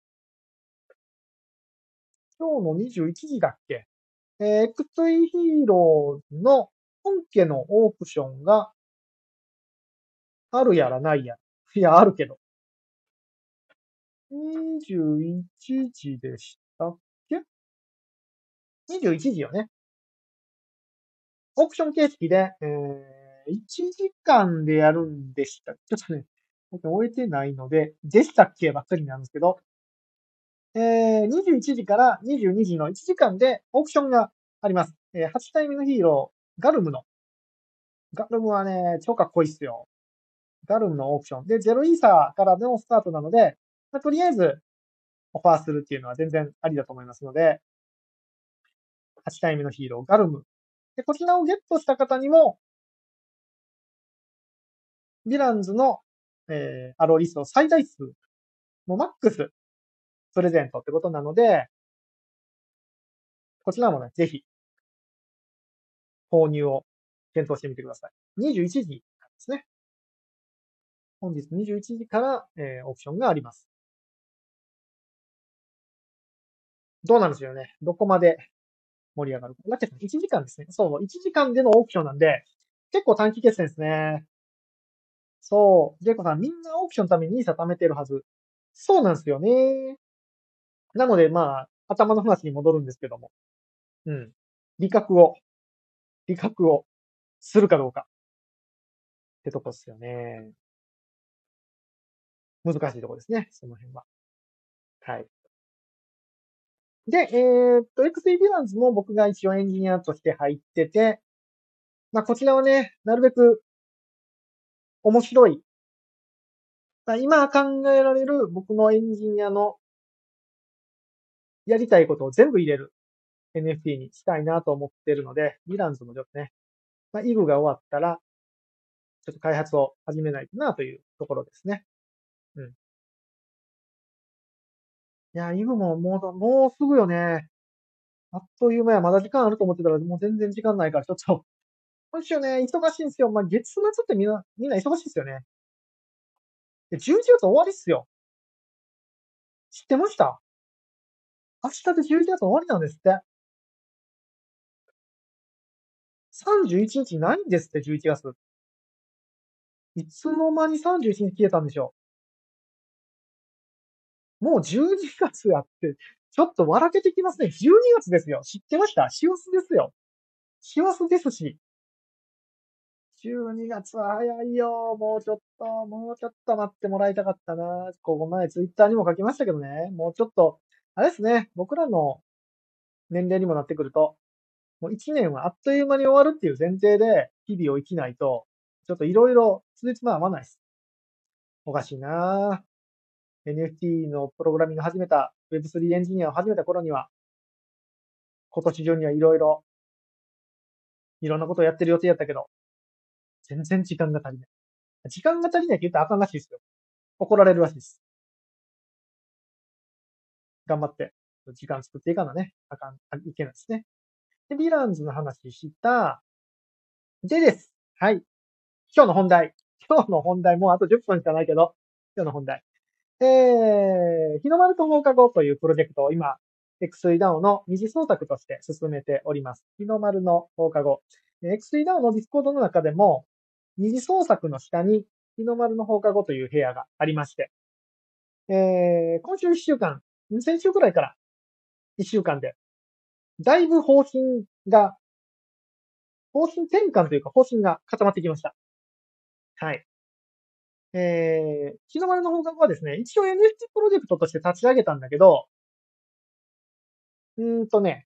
今日の21時だっけ？XE ヒーローズの本家のオークションがあるやらないやら。いや、あるけど。21時でしたっけ？ 21 時よね。オークション形式で、1時間でやるんでした。ちょっとね、僕終えてないので、でしたっけばっかりなんですけど、21時から22時の1時間でオークションがあります。8体目のヒーロー、ガルムの。ガルムはね、超かっこいいっすよ。ガルムのオークション。で、0イーサーからのスタートなので、とりあえずオファーするっていうのは全然ありだと思いますので、8体目のヒーロー、ガルム。で、こちらをゲットした方にも、ヴィランズの、アローリスト最大数、もうマックスプレゼントってことなので、こちらもね、ぜひ、購入を検討してみてください。21時なんですね。本日21時から、オプションがあります。どうなんですよね。どこまで盛り上がるか。だって1時間ですね。そう、1時間でのオークションなんで、結構短期決戦ですね。そう。ジェイコさん、みんなオークションのためにニーサ貯めてるはず。そうなんですよね。なので、まあ、頭の話に戻るんですけども。うん。理覚を、理覚をするかどうかってとこですよね。難しいとこですね。その辺は。はい。で、XE ヴィランズも僕が一応エンジニアとして入ってて、まあ、こちらはね、なるべく面白い。今考えられる僕のエンジニアのやりたいことを全部入れる NFT にしたいなと思ってるので、ヴィランズもちょっとね、まあ、イグが終わったら、ちょっと開発を始めないとなというところですね。うん。いや、イグももうすぐよね。あっという間や、まだ時間あると思ってたら、もう全然時間ないから、ちょっと、今週ね、忙しいんですよ。まあ、月末ってみんな忙しいですよね。で、11月終わりっすよ。知ってました？明日で11月終わりなんですって。31日ないんですって、11月。いつの間に31日消えたんでしょう。もう12月やって、ちょっと笑けてきますね。12月ですよ。知ってました？師走ですよ。師走ですし。12月は早いよ。もうちょっと待ってもらいたかったな。ここ前ツイッターにも書きましたけどね。もうちょっと、あれですね。僕らの年齢にもなってくると、もう1年はあっという間に終わるっていう前提で日々を生きないと、ちょっといろいろつじつま合わないです。おかしいな NFT のプログラミング始めた、Web3 エンジニアを始めた頃には、今年中にはいろいろ、いろんなことをやってる予定やったけど、全然時間が足りない。時間が足りないって言ったらあかんらしいですよ。怒られるらしいです。頑張って、時間作っていかなね。いけないですね。で、ヴィランズの話した。でです。はい。今日の本題。今日の本題、もうあと10分しかないけど、今日の本題。日の丸と放課後というプロジェクトを今 XEDAO の二次創作として進めております。日の丸の放課後。XEDAO のディスコードの中でも、二次創作の下に日の丸の放課後という部屋がありまして、今週1週間、先週くらいから1週間で、だいぶ方針転換というか方針が固まってきました。はい。日の丸の放課後はですね、一応 NFT プロジェクトとして立ち上げたんだけど、ね、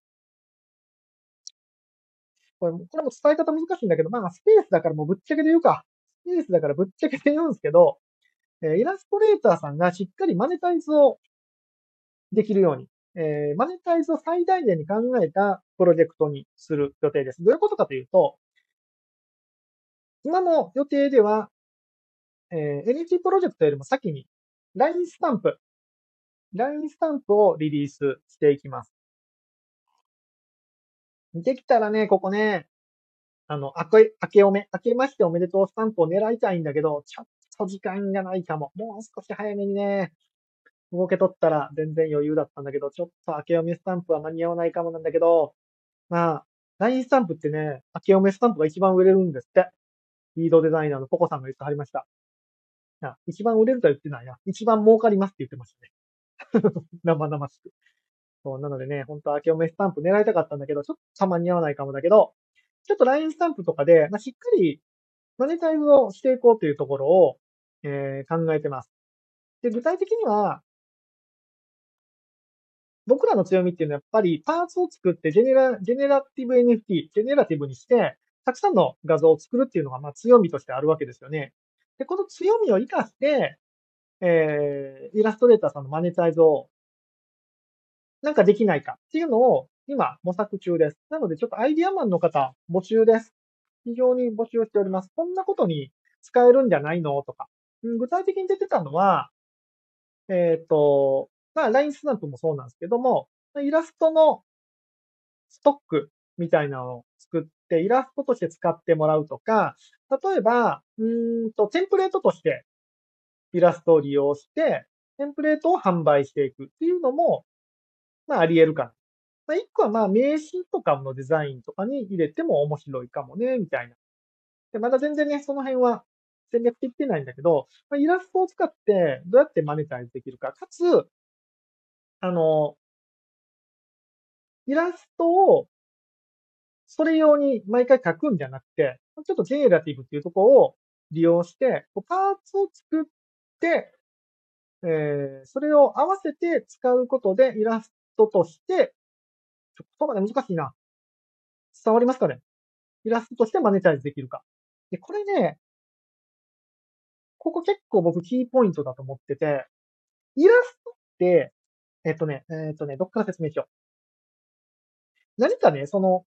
これも伝え方難しいんだけど、まあ、スペースだからもうぶっちゃけで言うか。スペースだからぶっちゃけで言うんですけど、イラストレーターさんがしっかりマネタイズをできるように、マネタイズを最大限に考えたプロジェクトにする予定です。どういうことかというと、今の予定では、NFT プロジェクトよりも先に LINE スタンプ、LINE スタンプをリリースしていきます。できたらね、ここね、明けましておめでとうスタンプを狙いたいんだけど、ちょっと時間がないかも。もう少し早めにね、動けとったら全然余裕だったんだけど、ちょっと明けおめスタンプは間に合わないかもなんだけど、まあ、LINE スタンプってね、明けおめスタンプが一番売れるんですって。リードデザイナーのポコさんが言ってはりました。一番売れるとは言ってないな。一番儲かりますって言ってましたね。生々しく。そう、なのでね、本当は明けおめスタンプ狙いたかったんだけど、ちょっと間に合わないかもだけど、ちょっと LINE スタンプとかで、しっかりマネタイズをしていこうというところを、考えてます。で、具体的には、僕らの強みっていうのはやっぱりパーツを作ってジェネラティブ NFT、ジェネラティブにして、たくさんの画像を作るっていうのが強みとしてあるわけですよね。で、この強みを活かして、イラストレーターさんのマネタイズをなんかできないかっていうのを今模索中です。なのでちょっとアイディアマンの方募集です。非常に募集しております。こんなことに使えるんじゃないのとか。具体的に出てたのは、LINE スナップもそうなんですけども、イラストのストックみたいなのを作ってイラストとして使ってもらうとか、例えば、テンプレートとしてイラストを利用して、テンプレートを販売していくっていうのも、あり得るかな。一個は名刺とかのデザインとかに入れても面白いかもね、みたいな。で、まだ全然ね、その辺は戦略的ってないんだけど、イラストを使ってどうやってマネタイズできるか、かつ、あの、イラストをそれ用に毎回書くんじゃなくて、ちょっとジェネラティブっていうところを利用して、パーツを作って、それを合わせて使うことでイラストとして、言葉が難しいな。伝わりますかね？イラストとしてマネタイズできるか。で、これね、ここ結構僕キーポイントだと思ってて、イラストって、どっから説明しよう。何かね、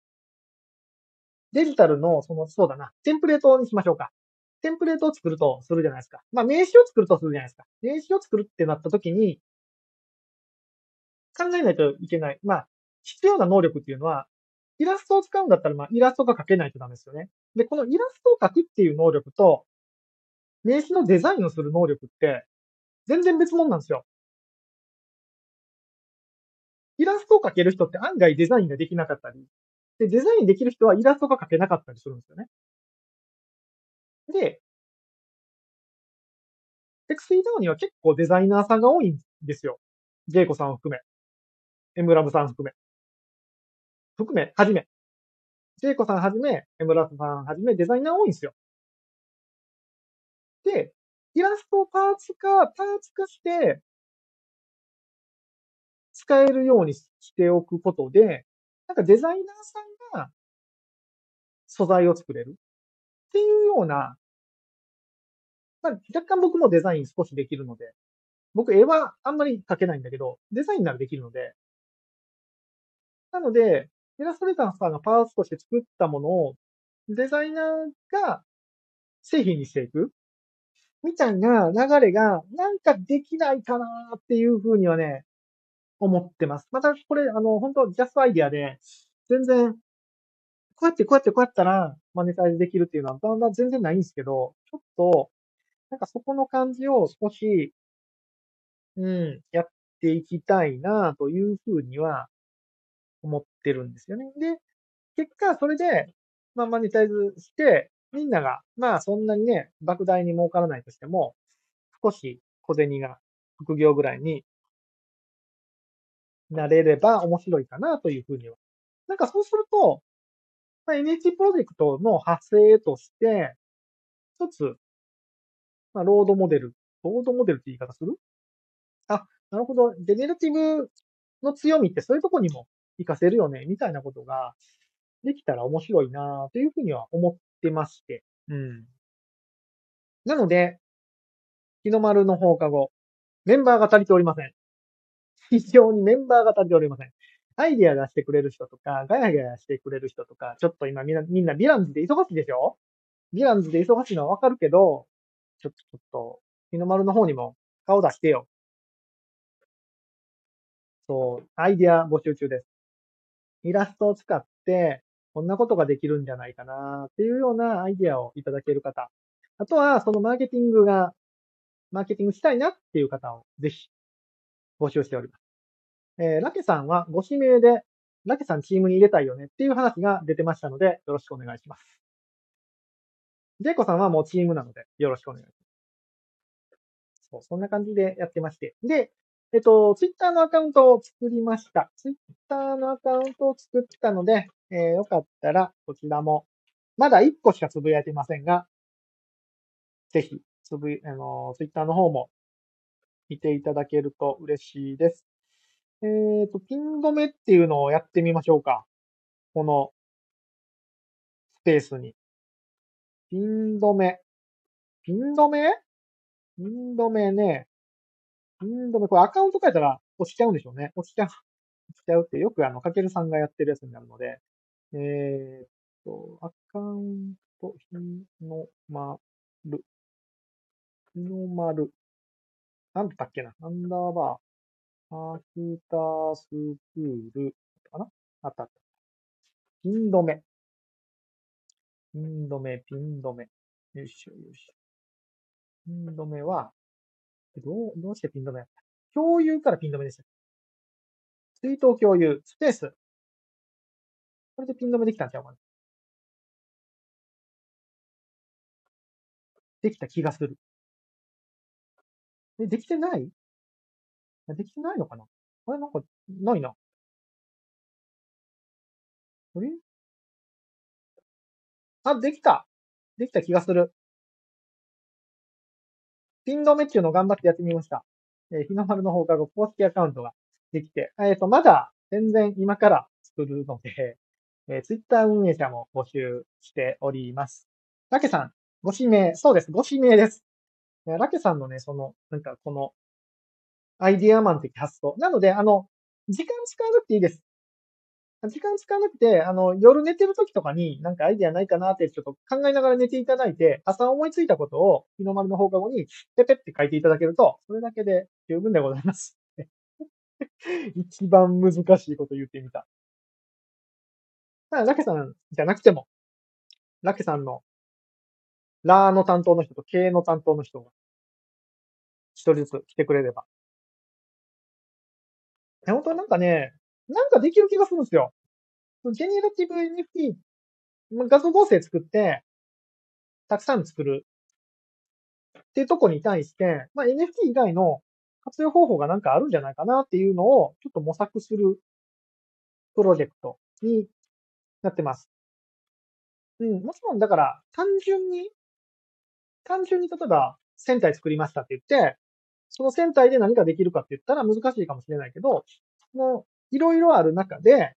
デジタルの、そうだな、テンプレートにしましょうか。テンプレートを作るとするじゃないですか。名刺を作るとするじゃないですか。名刺を作るってなった時に、考えないといけない。必要な能力っていうのは、イラストを使うんだったら、イラストが描けないとダメですよね。で、このイラストを描くっていう能力と、名刺のデザインをする能力って、全然別物なんですよ。イラストを描ける人って案外デザインができなかったり、で、デザインできる人はイラストが描けなかったりするんですよね。で、テクスイダウンには結構デザイナーさんが多いんですよ。ジェイコさんを含め、エムラブさんはじめ、ジェイコさんはじめ、エムラブさんはじめ、デザイナー多いんですよ。で、イラストをパーツ化して使えるようにしておくことで、なんかデザイナーさんが素材を作れるっていうような、若干僕もデザイン少しできるので、僕絵はあんまり描けないんだけど、デザインならできるので、なので、イラストレーターさんがパーツとして作ったものを、デザイナーが製品にしていくみたいな流れが、なんかできないかなっていうふうにはね、思ってます。また、これ、本当ジャストアイディアで、全然、こうやったら、マネタイズできるっていうのは、だんだん全然ないんですけど、ちょっと、なんかそこの感じを少し、やっていきたいなというふうには思ってるんですよね。で、結果、それで、まあ、マネタイズして、みんなが、まあ、そんなにね、莫大に儲からないとしても、少し小銭が副業ぐらいになれれば面白いかなというふうには。なんかそうすると、まあ、NHT プロジェクトの派生として、一つ、まあ、ロードモデルって言い方するあ、なるほど。ジェネラティブの強みってそういうとこにも活かせるよね、みたいなことができたら面白いなというふうには思ってまして。うん。なので、日の丸の放課後、メンバーが足りておりません。非常にメンバーが足りておりません。アイディア出してくれる人とか、ガヤガヤしてくれる人とか、ちょっと今みんなヴィランズで忙しいでしょ？ヴィランズで忙しいのはわかるけど、ちょっと、日の丸の方にも顔出してよ。そう、アイディア募集中です。イラストを使って、こんなことができるんじゃないかなっていうようなアイディアをいただける方。あとは、そのマーケティングしたいなっていう方をぜひ募集しております。ラケさんはご指名で、ラケさんチームに入れたいよねっていう話が出てましたので、よろしくお願いします。ジェイコさんはもうチームなので、よろしくお願いします。そう、そんな感じでやってまして。で、ツイッターのアカウントを作りました。ツイッターのアカウントを作ったので、よかったら、こちらも、まだ1個しかつぶやいてませんが、ぜひ、ツイッターの方も見ていただけると嬉しいです。ピン止めっていうのをやってみましょうか。このスペースに。ピン止め。ピン止めピン止めね。ピン止め、これアカウント変えたら落ちちゃうんでしょうね。落ちちゃうってよくかけるさんがやってるやつになるので、アカウント、日の丸、なんだったっけな、アンダーバー、アフタースクール、かなあったあった。ピン止め、ピン止め、ピン止め。よいしょ、よいしょ。ピン止めは、どうしてピン止めやった？共有からピン止めでした。ツイートを共有、スペース。これでピン止めできたんちゃうかな。できた気がする。できてない？できてないのかな？あれなんか、ないな。あれあ、できた。できた気がする。ピン止めっていうのを頑張ってやってみました。日の丸の放課後公式アカウントができて、まだ全然今から作るので、ツイッター運営者も募集しております。ラケさん、ご指名、そうです、ご指名です。ラケさんのね、なんかこのアイディアマン的発想。なので、時間使わなくていいです。時間使わなくて、夜寝てる時とかになんかアイディアないかなってちょっと考えながら寝ていただいて、朝思いついたことを日の丸の放課後にペペって書いていただけると、それだけで十分でございます。一番難しいこと言ってみた。ラケさんじゃなくても、ラケさんのラーの担当の人と経営の担当の人が一人ずつ来てくれれば。本当はなんかね、なんかできる気がするんですよ。ジェネラティブ NFT、画像合成作って、たくさん作るっていうところに対して、まあ、NFT 以外の活用方法がなんかあるんじゃないかなっていうのをちょっと模索するプロジェクトになってます。うん、もちろんだから単純に例えば1000体作りましたって言って、その1000体で何ができるかって言ったら難しいかもしれないけど、そのいろいろある中で、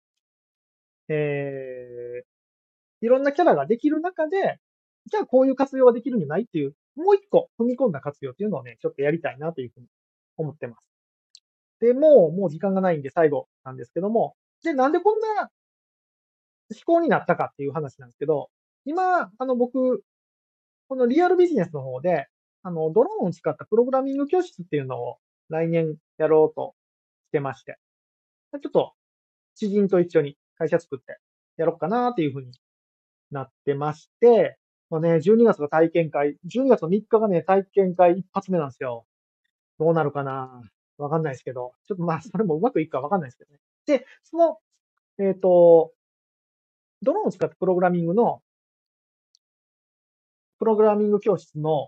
えいろんなキャラができる中で、じゃあこういう活用ができるんじゃないっていう、もう一個踏み込んだ活用っていうのをね、ちょっとやりたいなというふうに思ってます。で、もう時間がないんで最後なんですけども、で、なんでこんな思考になったかっていう話なんですけど、今、僕、このリアルビジネスの方で、ドローンを使ったプログラミング教室っていうのを来年やろうとしてまして、ちょっと知人と一緒に会社作ってやろうかなっていうふうになってまして、まあね、12月が体験会、12月の3日がね、体験会一発目なんですよ。どうなるかなわかんないですけど、ちょっとまあ、それもうまくいくかわかんないですけどね。で、そのドローンを使ったプログラミング教室の、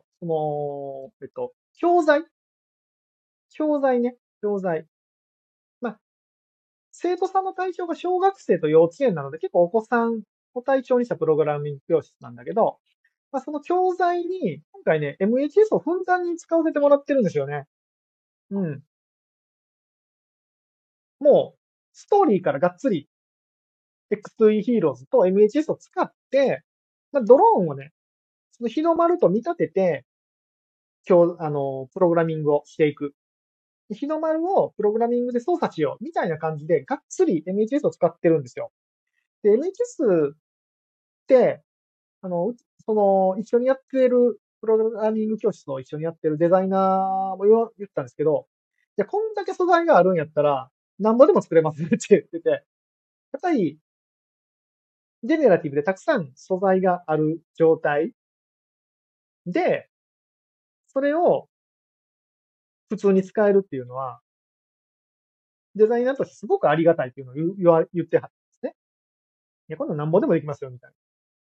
教材ね、教材。まあ、生徒さんの対象が小学生と幼稚園なので、結構お子さんを対象にしたプログラミング教室なんだけど、まあ、その教材に、今回ね、MHS をふんだんに使わせてもらってるんですよね。うん。もう、ストーリーからがっつり X2E ヒーローズと MHS を使って、まあ、ドローンをね、その日の丸と見立てて、プログラミングをしていく。日の丸をプログラミングで操作しようみたいな感じで、がっつり MHS を使ってるんですよ。で、MHS って、あの、一緒にやってる、プログラミング教室を一緒にやってるデザイナーも言ったんですけど、いや、こんだけ素材があるんやったら、なんぼでも作れますって言ってて、やっぱり、ジェネラティブでたくさん素材がある状態で、それを普通に使えるっていうのは、デザイナーとしてすごくありがたいっていうのを言ってはったんですね。いや、こんななんぼでもできますよ、みたいな。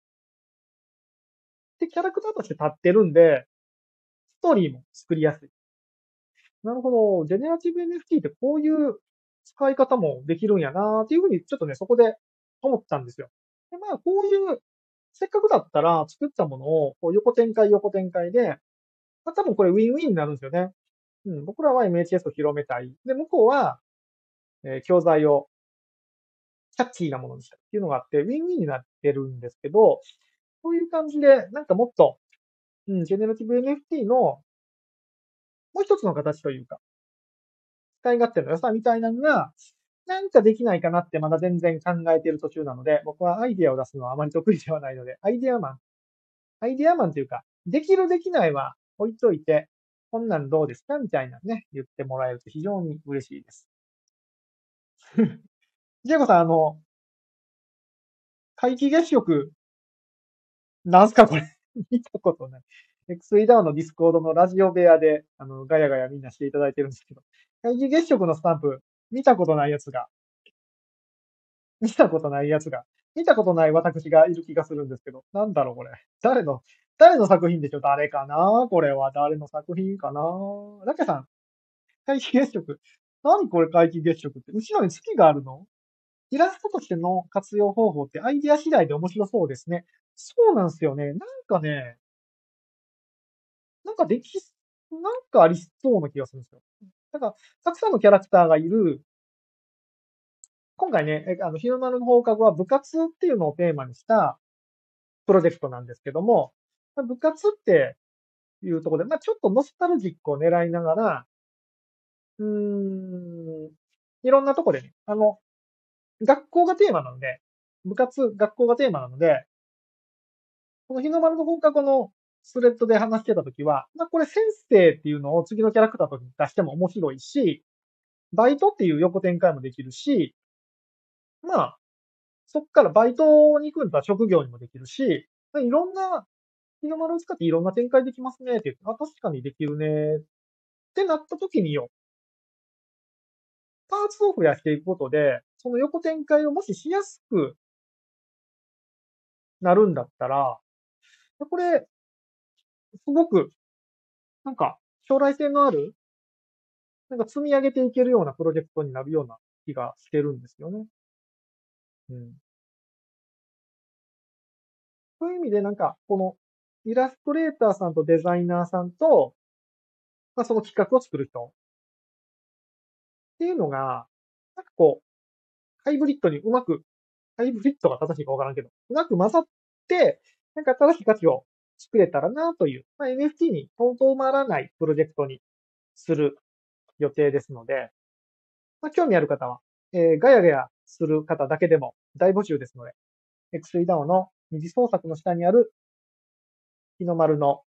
で、キャラクターとして立ってるんで、ストーリーも作りやすい。なるほど。ジェネラティブ NFT ってこういう使い方もできるんやなっていうふうに、ちょっとね、そこで思ったんですよ。で、まあ、こういう、せっかくだったら作ったものをこう横展開で、まあ、多分これウィンウィンになるんですよね。うん、僕らは MHS を広めたい。で、向こうは、教材をキャッチーなものにしたいっていうのがあって、ウィンウィンになってるんですけど、そういう感じで、なんかもっと、ジェネラティブ NFT のもう一つの形というか、使い勝手の良さみたいなのが、なんかできないかなってまだ全然考えている途中なので、僕はアイディアを出すのはあまり得意ではないので、アイディアマンというか、できるできないは置いといて、こんなんどうですかみたいなね、言ってもらえると非常に嬉しいです。ジェイコさん、皆既月食、なんすかこれ見たことない。XE ダウンのディスコードのラジオ部屋で、ガヤガヤみんなしていただいてるんですけど、皆既月食のスタンプ、見たことないやつが、見たことないやつが、見たことない私がいる気がするんですけど、なんだろうこれ。誰の作品でしょ誰かなこれは誰の作品かなラケさん、皆既月食。何これ皆既月食って。後ろに月があるの？イラストとしての活用方法ってアイディア次第で面白そうですね。そうなんですよね。なんかでき、なんかありそうな気がするんですよ。だから、たくさんのキャラクターがいる、今回ね、日の丸の放課後は部活っていうのをテーマにしたプロジェクトなんですけども、部活っていうところで、ちょっとノスタルジックを狙いながら、うーん、いろんなとこでね、学校がテーマなので、学校がテーマなので、この日の丸の放課後のスレッドで話してたときは、これ先生っていうのを次のキャラクターとして出しても面白いし、バイトっていう横展開もできるし、まあ、そっからバイトに行くんだったら職業にもできるし、いろんな、日の丸を使っていろんな展開できますねって言って、確かにできるねってなった時によ、パーツを増やしていくことで、その横展開をもししやすくなるんだったら、これ、すごく、なんか、将来性のある、なんか積み上げていけるようなプロジェクトになるような気がしてるんですよね。うん。そういう意味でなんか、この、イラストレーターさんとデザイナーさんと、その企画を作る人っていうのが、なんかこう、ハイブリッドにうまく、ハイブリッドが正しいかわからんけど、うまく混ざって、なんか新しい価値を作れたらなという、NFT にとどまらないプロジェクトにする予定ですので、興味ある方は、ガヤガヤする方だけでも大募集ですので、XE ダオの二次創作の下にある日の丸の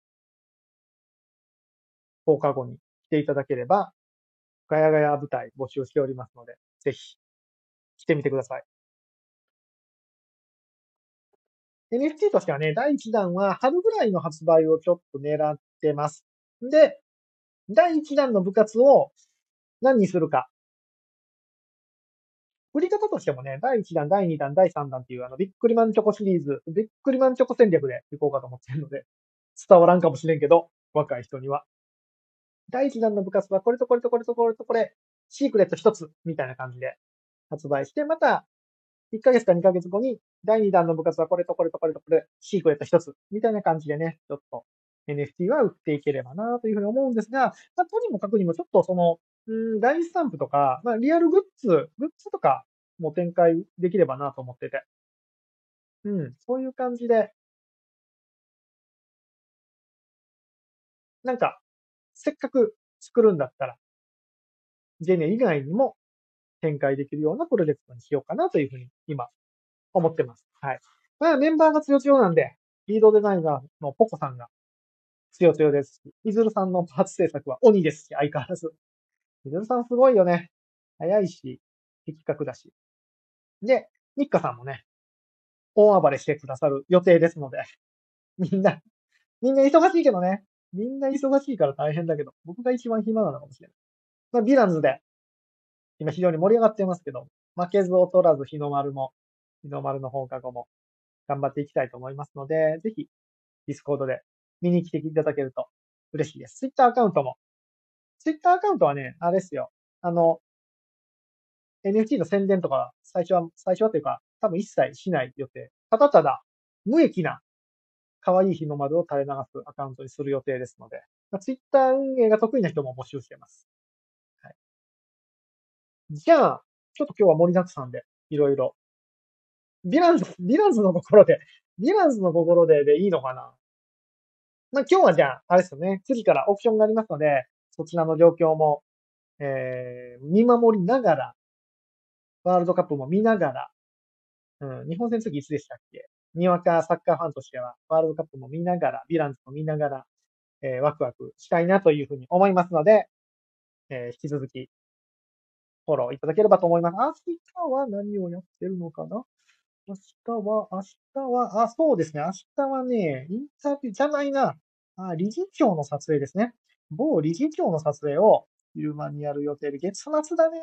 放課後に来ていただければ、ガヤガヤ舞台募集しておりますので、ぜひ来てみてください。NFT としてはね、第1弾は春ぐらいの発売をちょっと狙ってます。で、第1弾の部活を何にするか。 売り方としてもね、第1弾、第2弾、第3弾っていうビックリマンチョコシリーズ、ビックリマンチョコ戦略でいこうかと思ってるので、伝わらんかもしれんけど、若い人には。第1弾の部活はこれとこれとこれとこれとこれ、シークレット一つ、みたいな感じで発売して、また、1ヶ月か2ヶ月後に、第2弾の部活はこれとこれとこれとこれ、シークレット一つ、みたいな感じでね、ちょっと NFT は売っていければなというふうに思うんですが、まあ、とにもかくにもちょっと第一スタンプとか、まあ、リアルグッズとかも展開できればなと思ってて。そういう感じで、なんか、せっかく作るんだったら、ジェネ以外にも展開できるようなプロジェクトにしようかなというふうに今思ってます。はい。まあメンバーが強強なんで、リードデザイナーのポコさんが強強ですし、イズルさんのパーツ制作は鬼ですし、相変わらず。イズルさんすごいよね。早いし、的確だし。で、ニッカさんもね、大暴れしてくださる予定ですので、みんな、みんな忙しいけどね。みんな忙しいから大変だけど、僕が一番暇なのかもしれない。まあ、ヴィランズで、今非常に盛り上がってますけど、負けず劣らず日の丸の放課後も頑張っていきたいと思いますので、ぜひ、ディスコードで見に来ていただけると嬉しいです。ツイッターアカウントも。ツイッターアカウントはね、あれですよ。NFT の宣伝とか、最初はというか、多分一切しない予定。ただただ、無益な可愛い日の丸を垂れ流すアカウントにする予定ですので、ツイッター運営が得意な人も募集しています。はい。じゃあ、ちょっと今日は盛りだくさんで、いろいろ。ヴィランズの心で、ヴィランズの心でいいのかな。まあ、今日はじゃあ、あれですよね。次からオプションがありますので、そちらの状況も、見守りながら、ワールドカップも見ながら、日本戦次いつでしたっけ？にわかサッカーファンとしては、ワールドカップも見ながら、ヴィランズも見ながら、ワクワクしたいなというふうに思いますので、引き続きフォローいただければと思います。明日は何をやってるのかな？明日は、そうですね。明日はね、インタビューじゃないな。理事長の撮影ですね。某理事長の撮影を昼間にやる予定で、月末だね。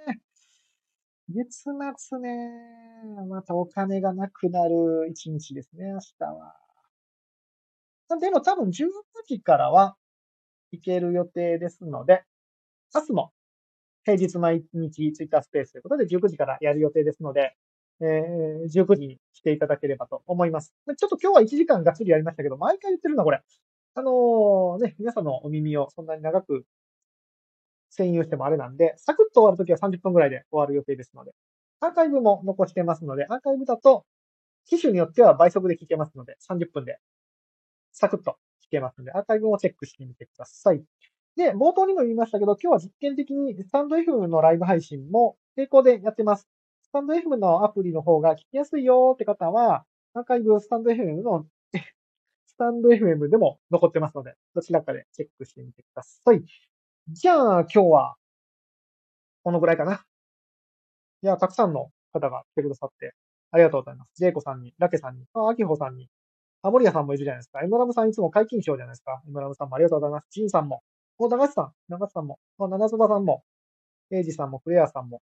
月末ね。またお金がなくなる一日ですね、明日は。でも多分19時からは行ける予定ですので、明日も平日毎日ツイッタースペースということで19時からやる予定ですので、19時に来ていただければと思います。ちょっと今日は1時間がっつりやりましたけど、毎回言ってるな、これ。皆さんのお耳をそんなに長く占有してもあれなんで、サクッと終わるときは30分ぐらいで終わる予定ですので、アーカイブも残してますので、アーカイブだと、機種によっては倍速で聞けますので、30分でサクッと聞けますので、アーカイブもチェックしてみてください。で、冒頭にも言いましたけど、今日は実験的にスタンド FM のライブ配信も並行でやってます。スタンド FM のアプリの方が聞きやすいよって方は、アーカイブスタンド FM でも残ってますので、どちらかでチェックしてみてください。じゃあ、今日はこのぐらいかな。いや、たくさんの方が来てくださって、ありがとうございます。ジェイコさんに、ラケさんに、アキホさんに、森谷さんもいるじゃないですか。エムラムさんいつも解禁賞じゃないですか。エムラムさんもありがとうございます。ジンさんも、長瀬さんも、七つばさんも、エイジさんも、クレアさんも、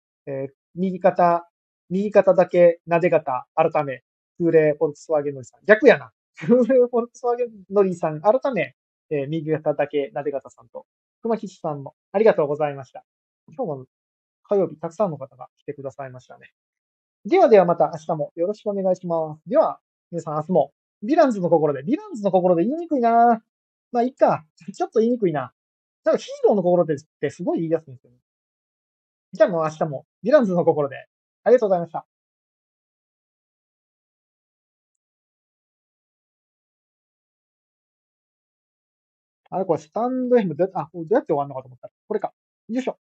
右肩だけ撫で型、改め、空冷フォルクスワーゲンノリさん。逆やな。空冷フォルクスワーゲンノリさん、改め、右肩だけ撫で型さんと、熊吉さんも、ありがとうございました。今日も火曜日、たくさんの方が来てくださいましたね。ではではまた明日もよろしくお願いします。では、皆さん明日も、ヴィランズの心で言いにくいな。まあ、いっか。ちょっと言いにくいな。なんかヒーローの心でってすごい言いやすいんですよね。じゃあもう明日も、ヴィランズの心で。ありがとうございました。あれこれスタンド F どうやって終わるのかと思ったら、これか。よいしょ。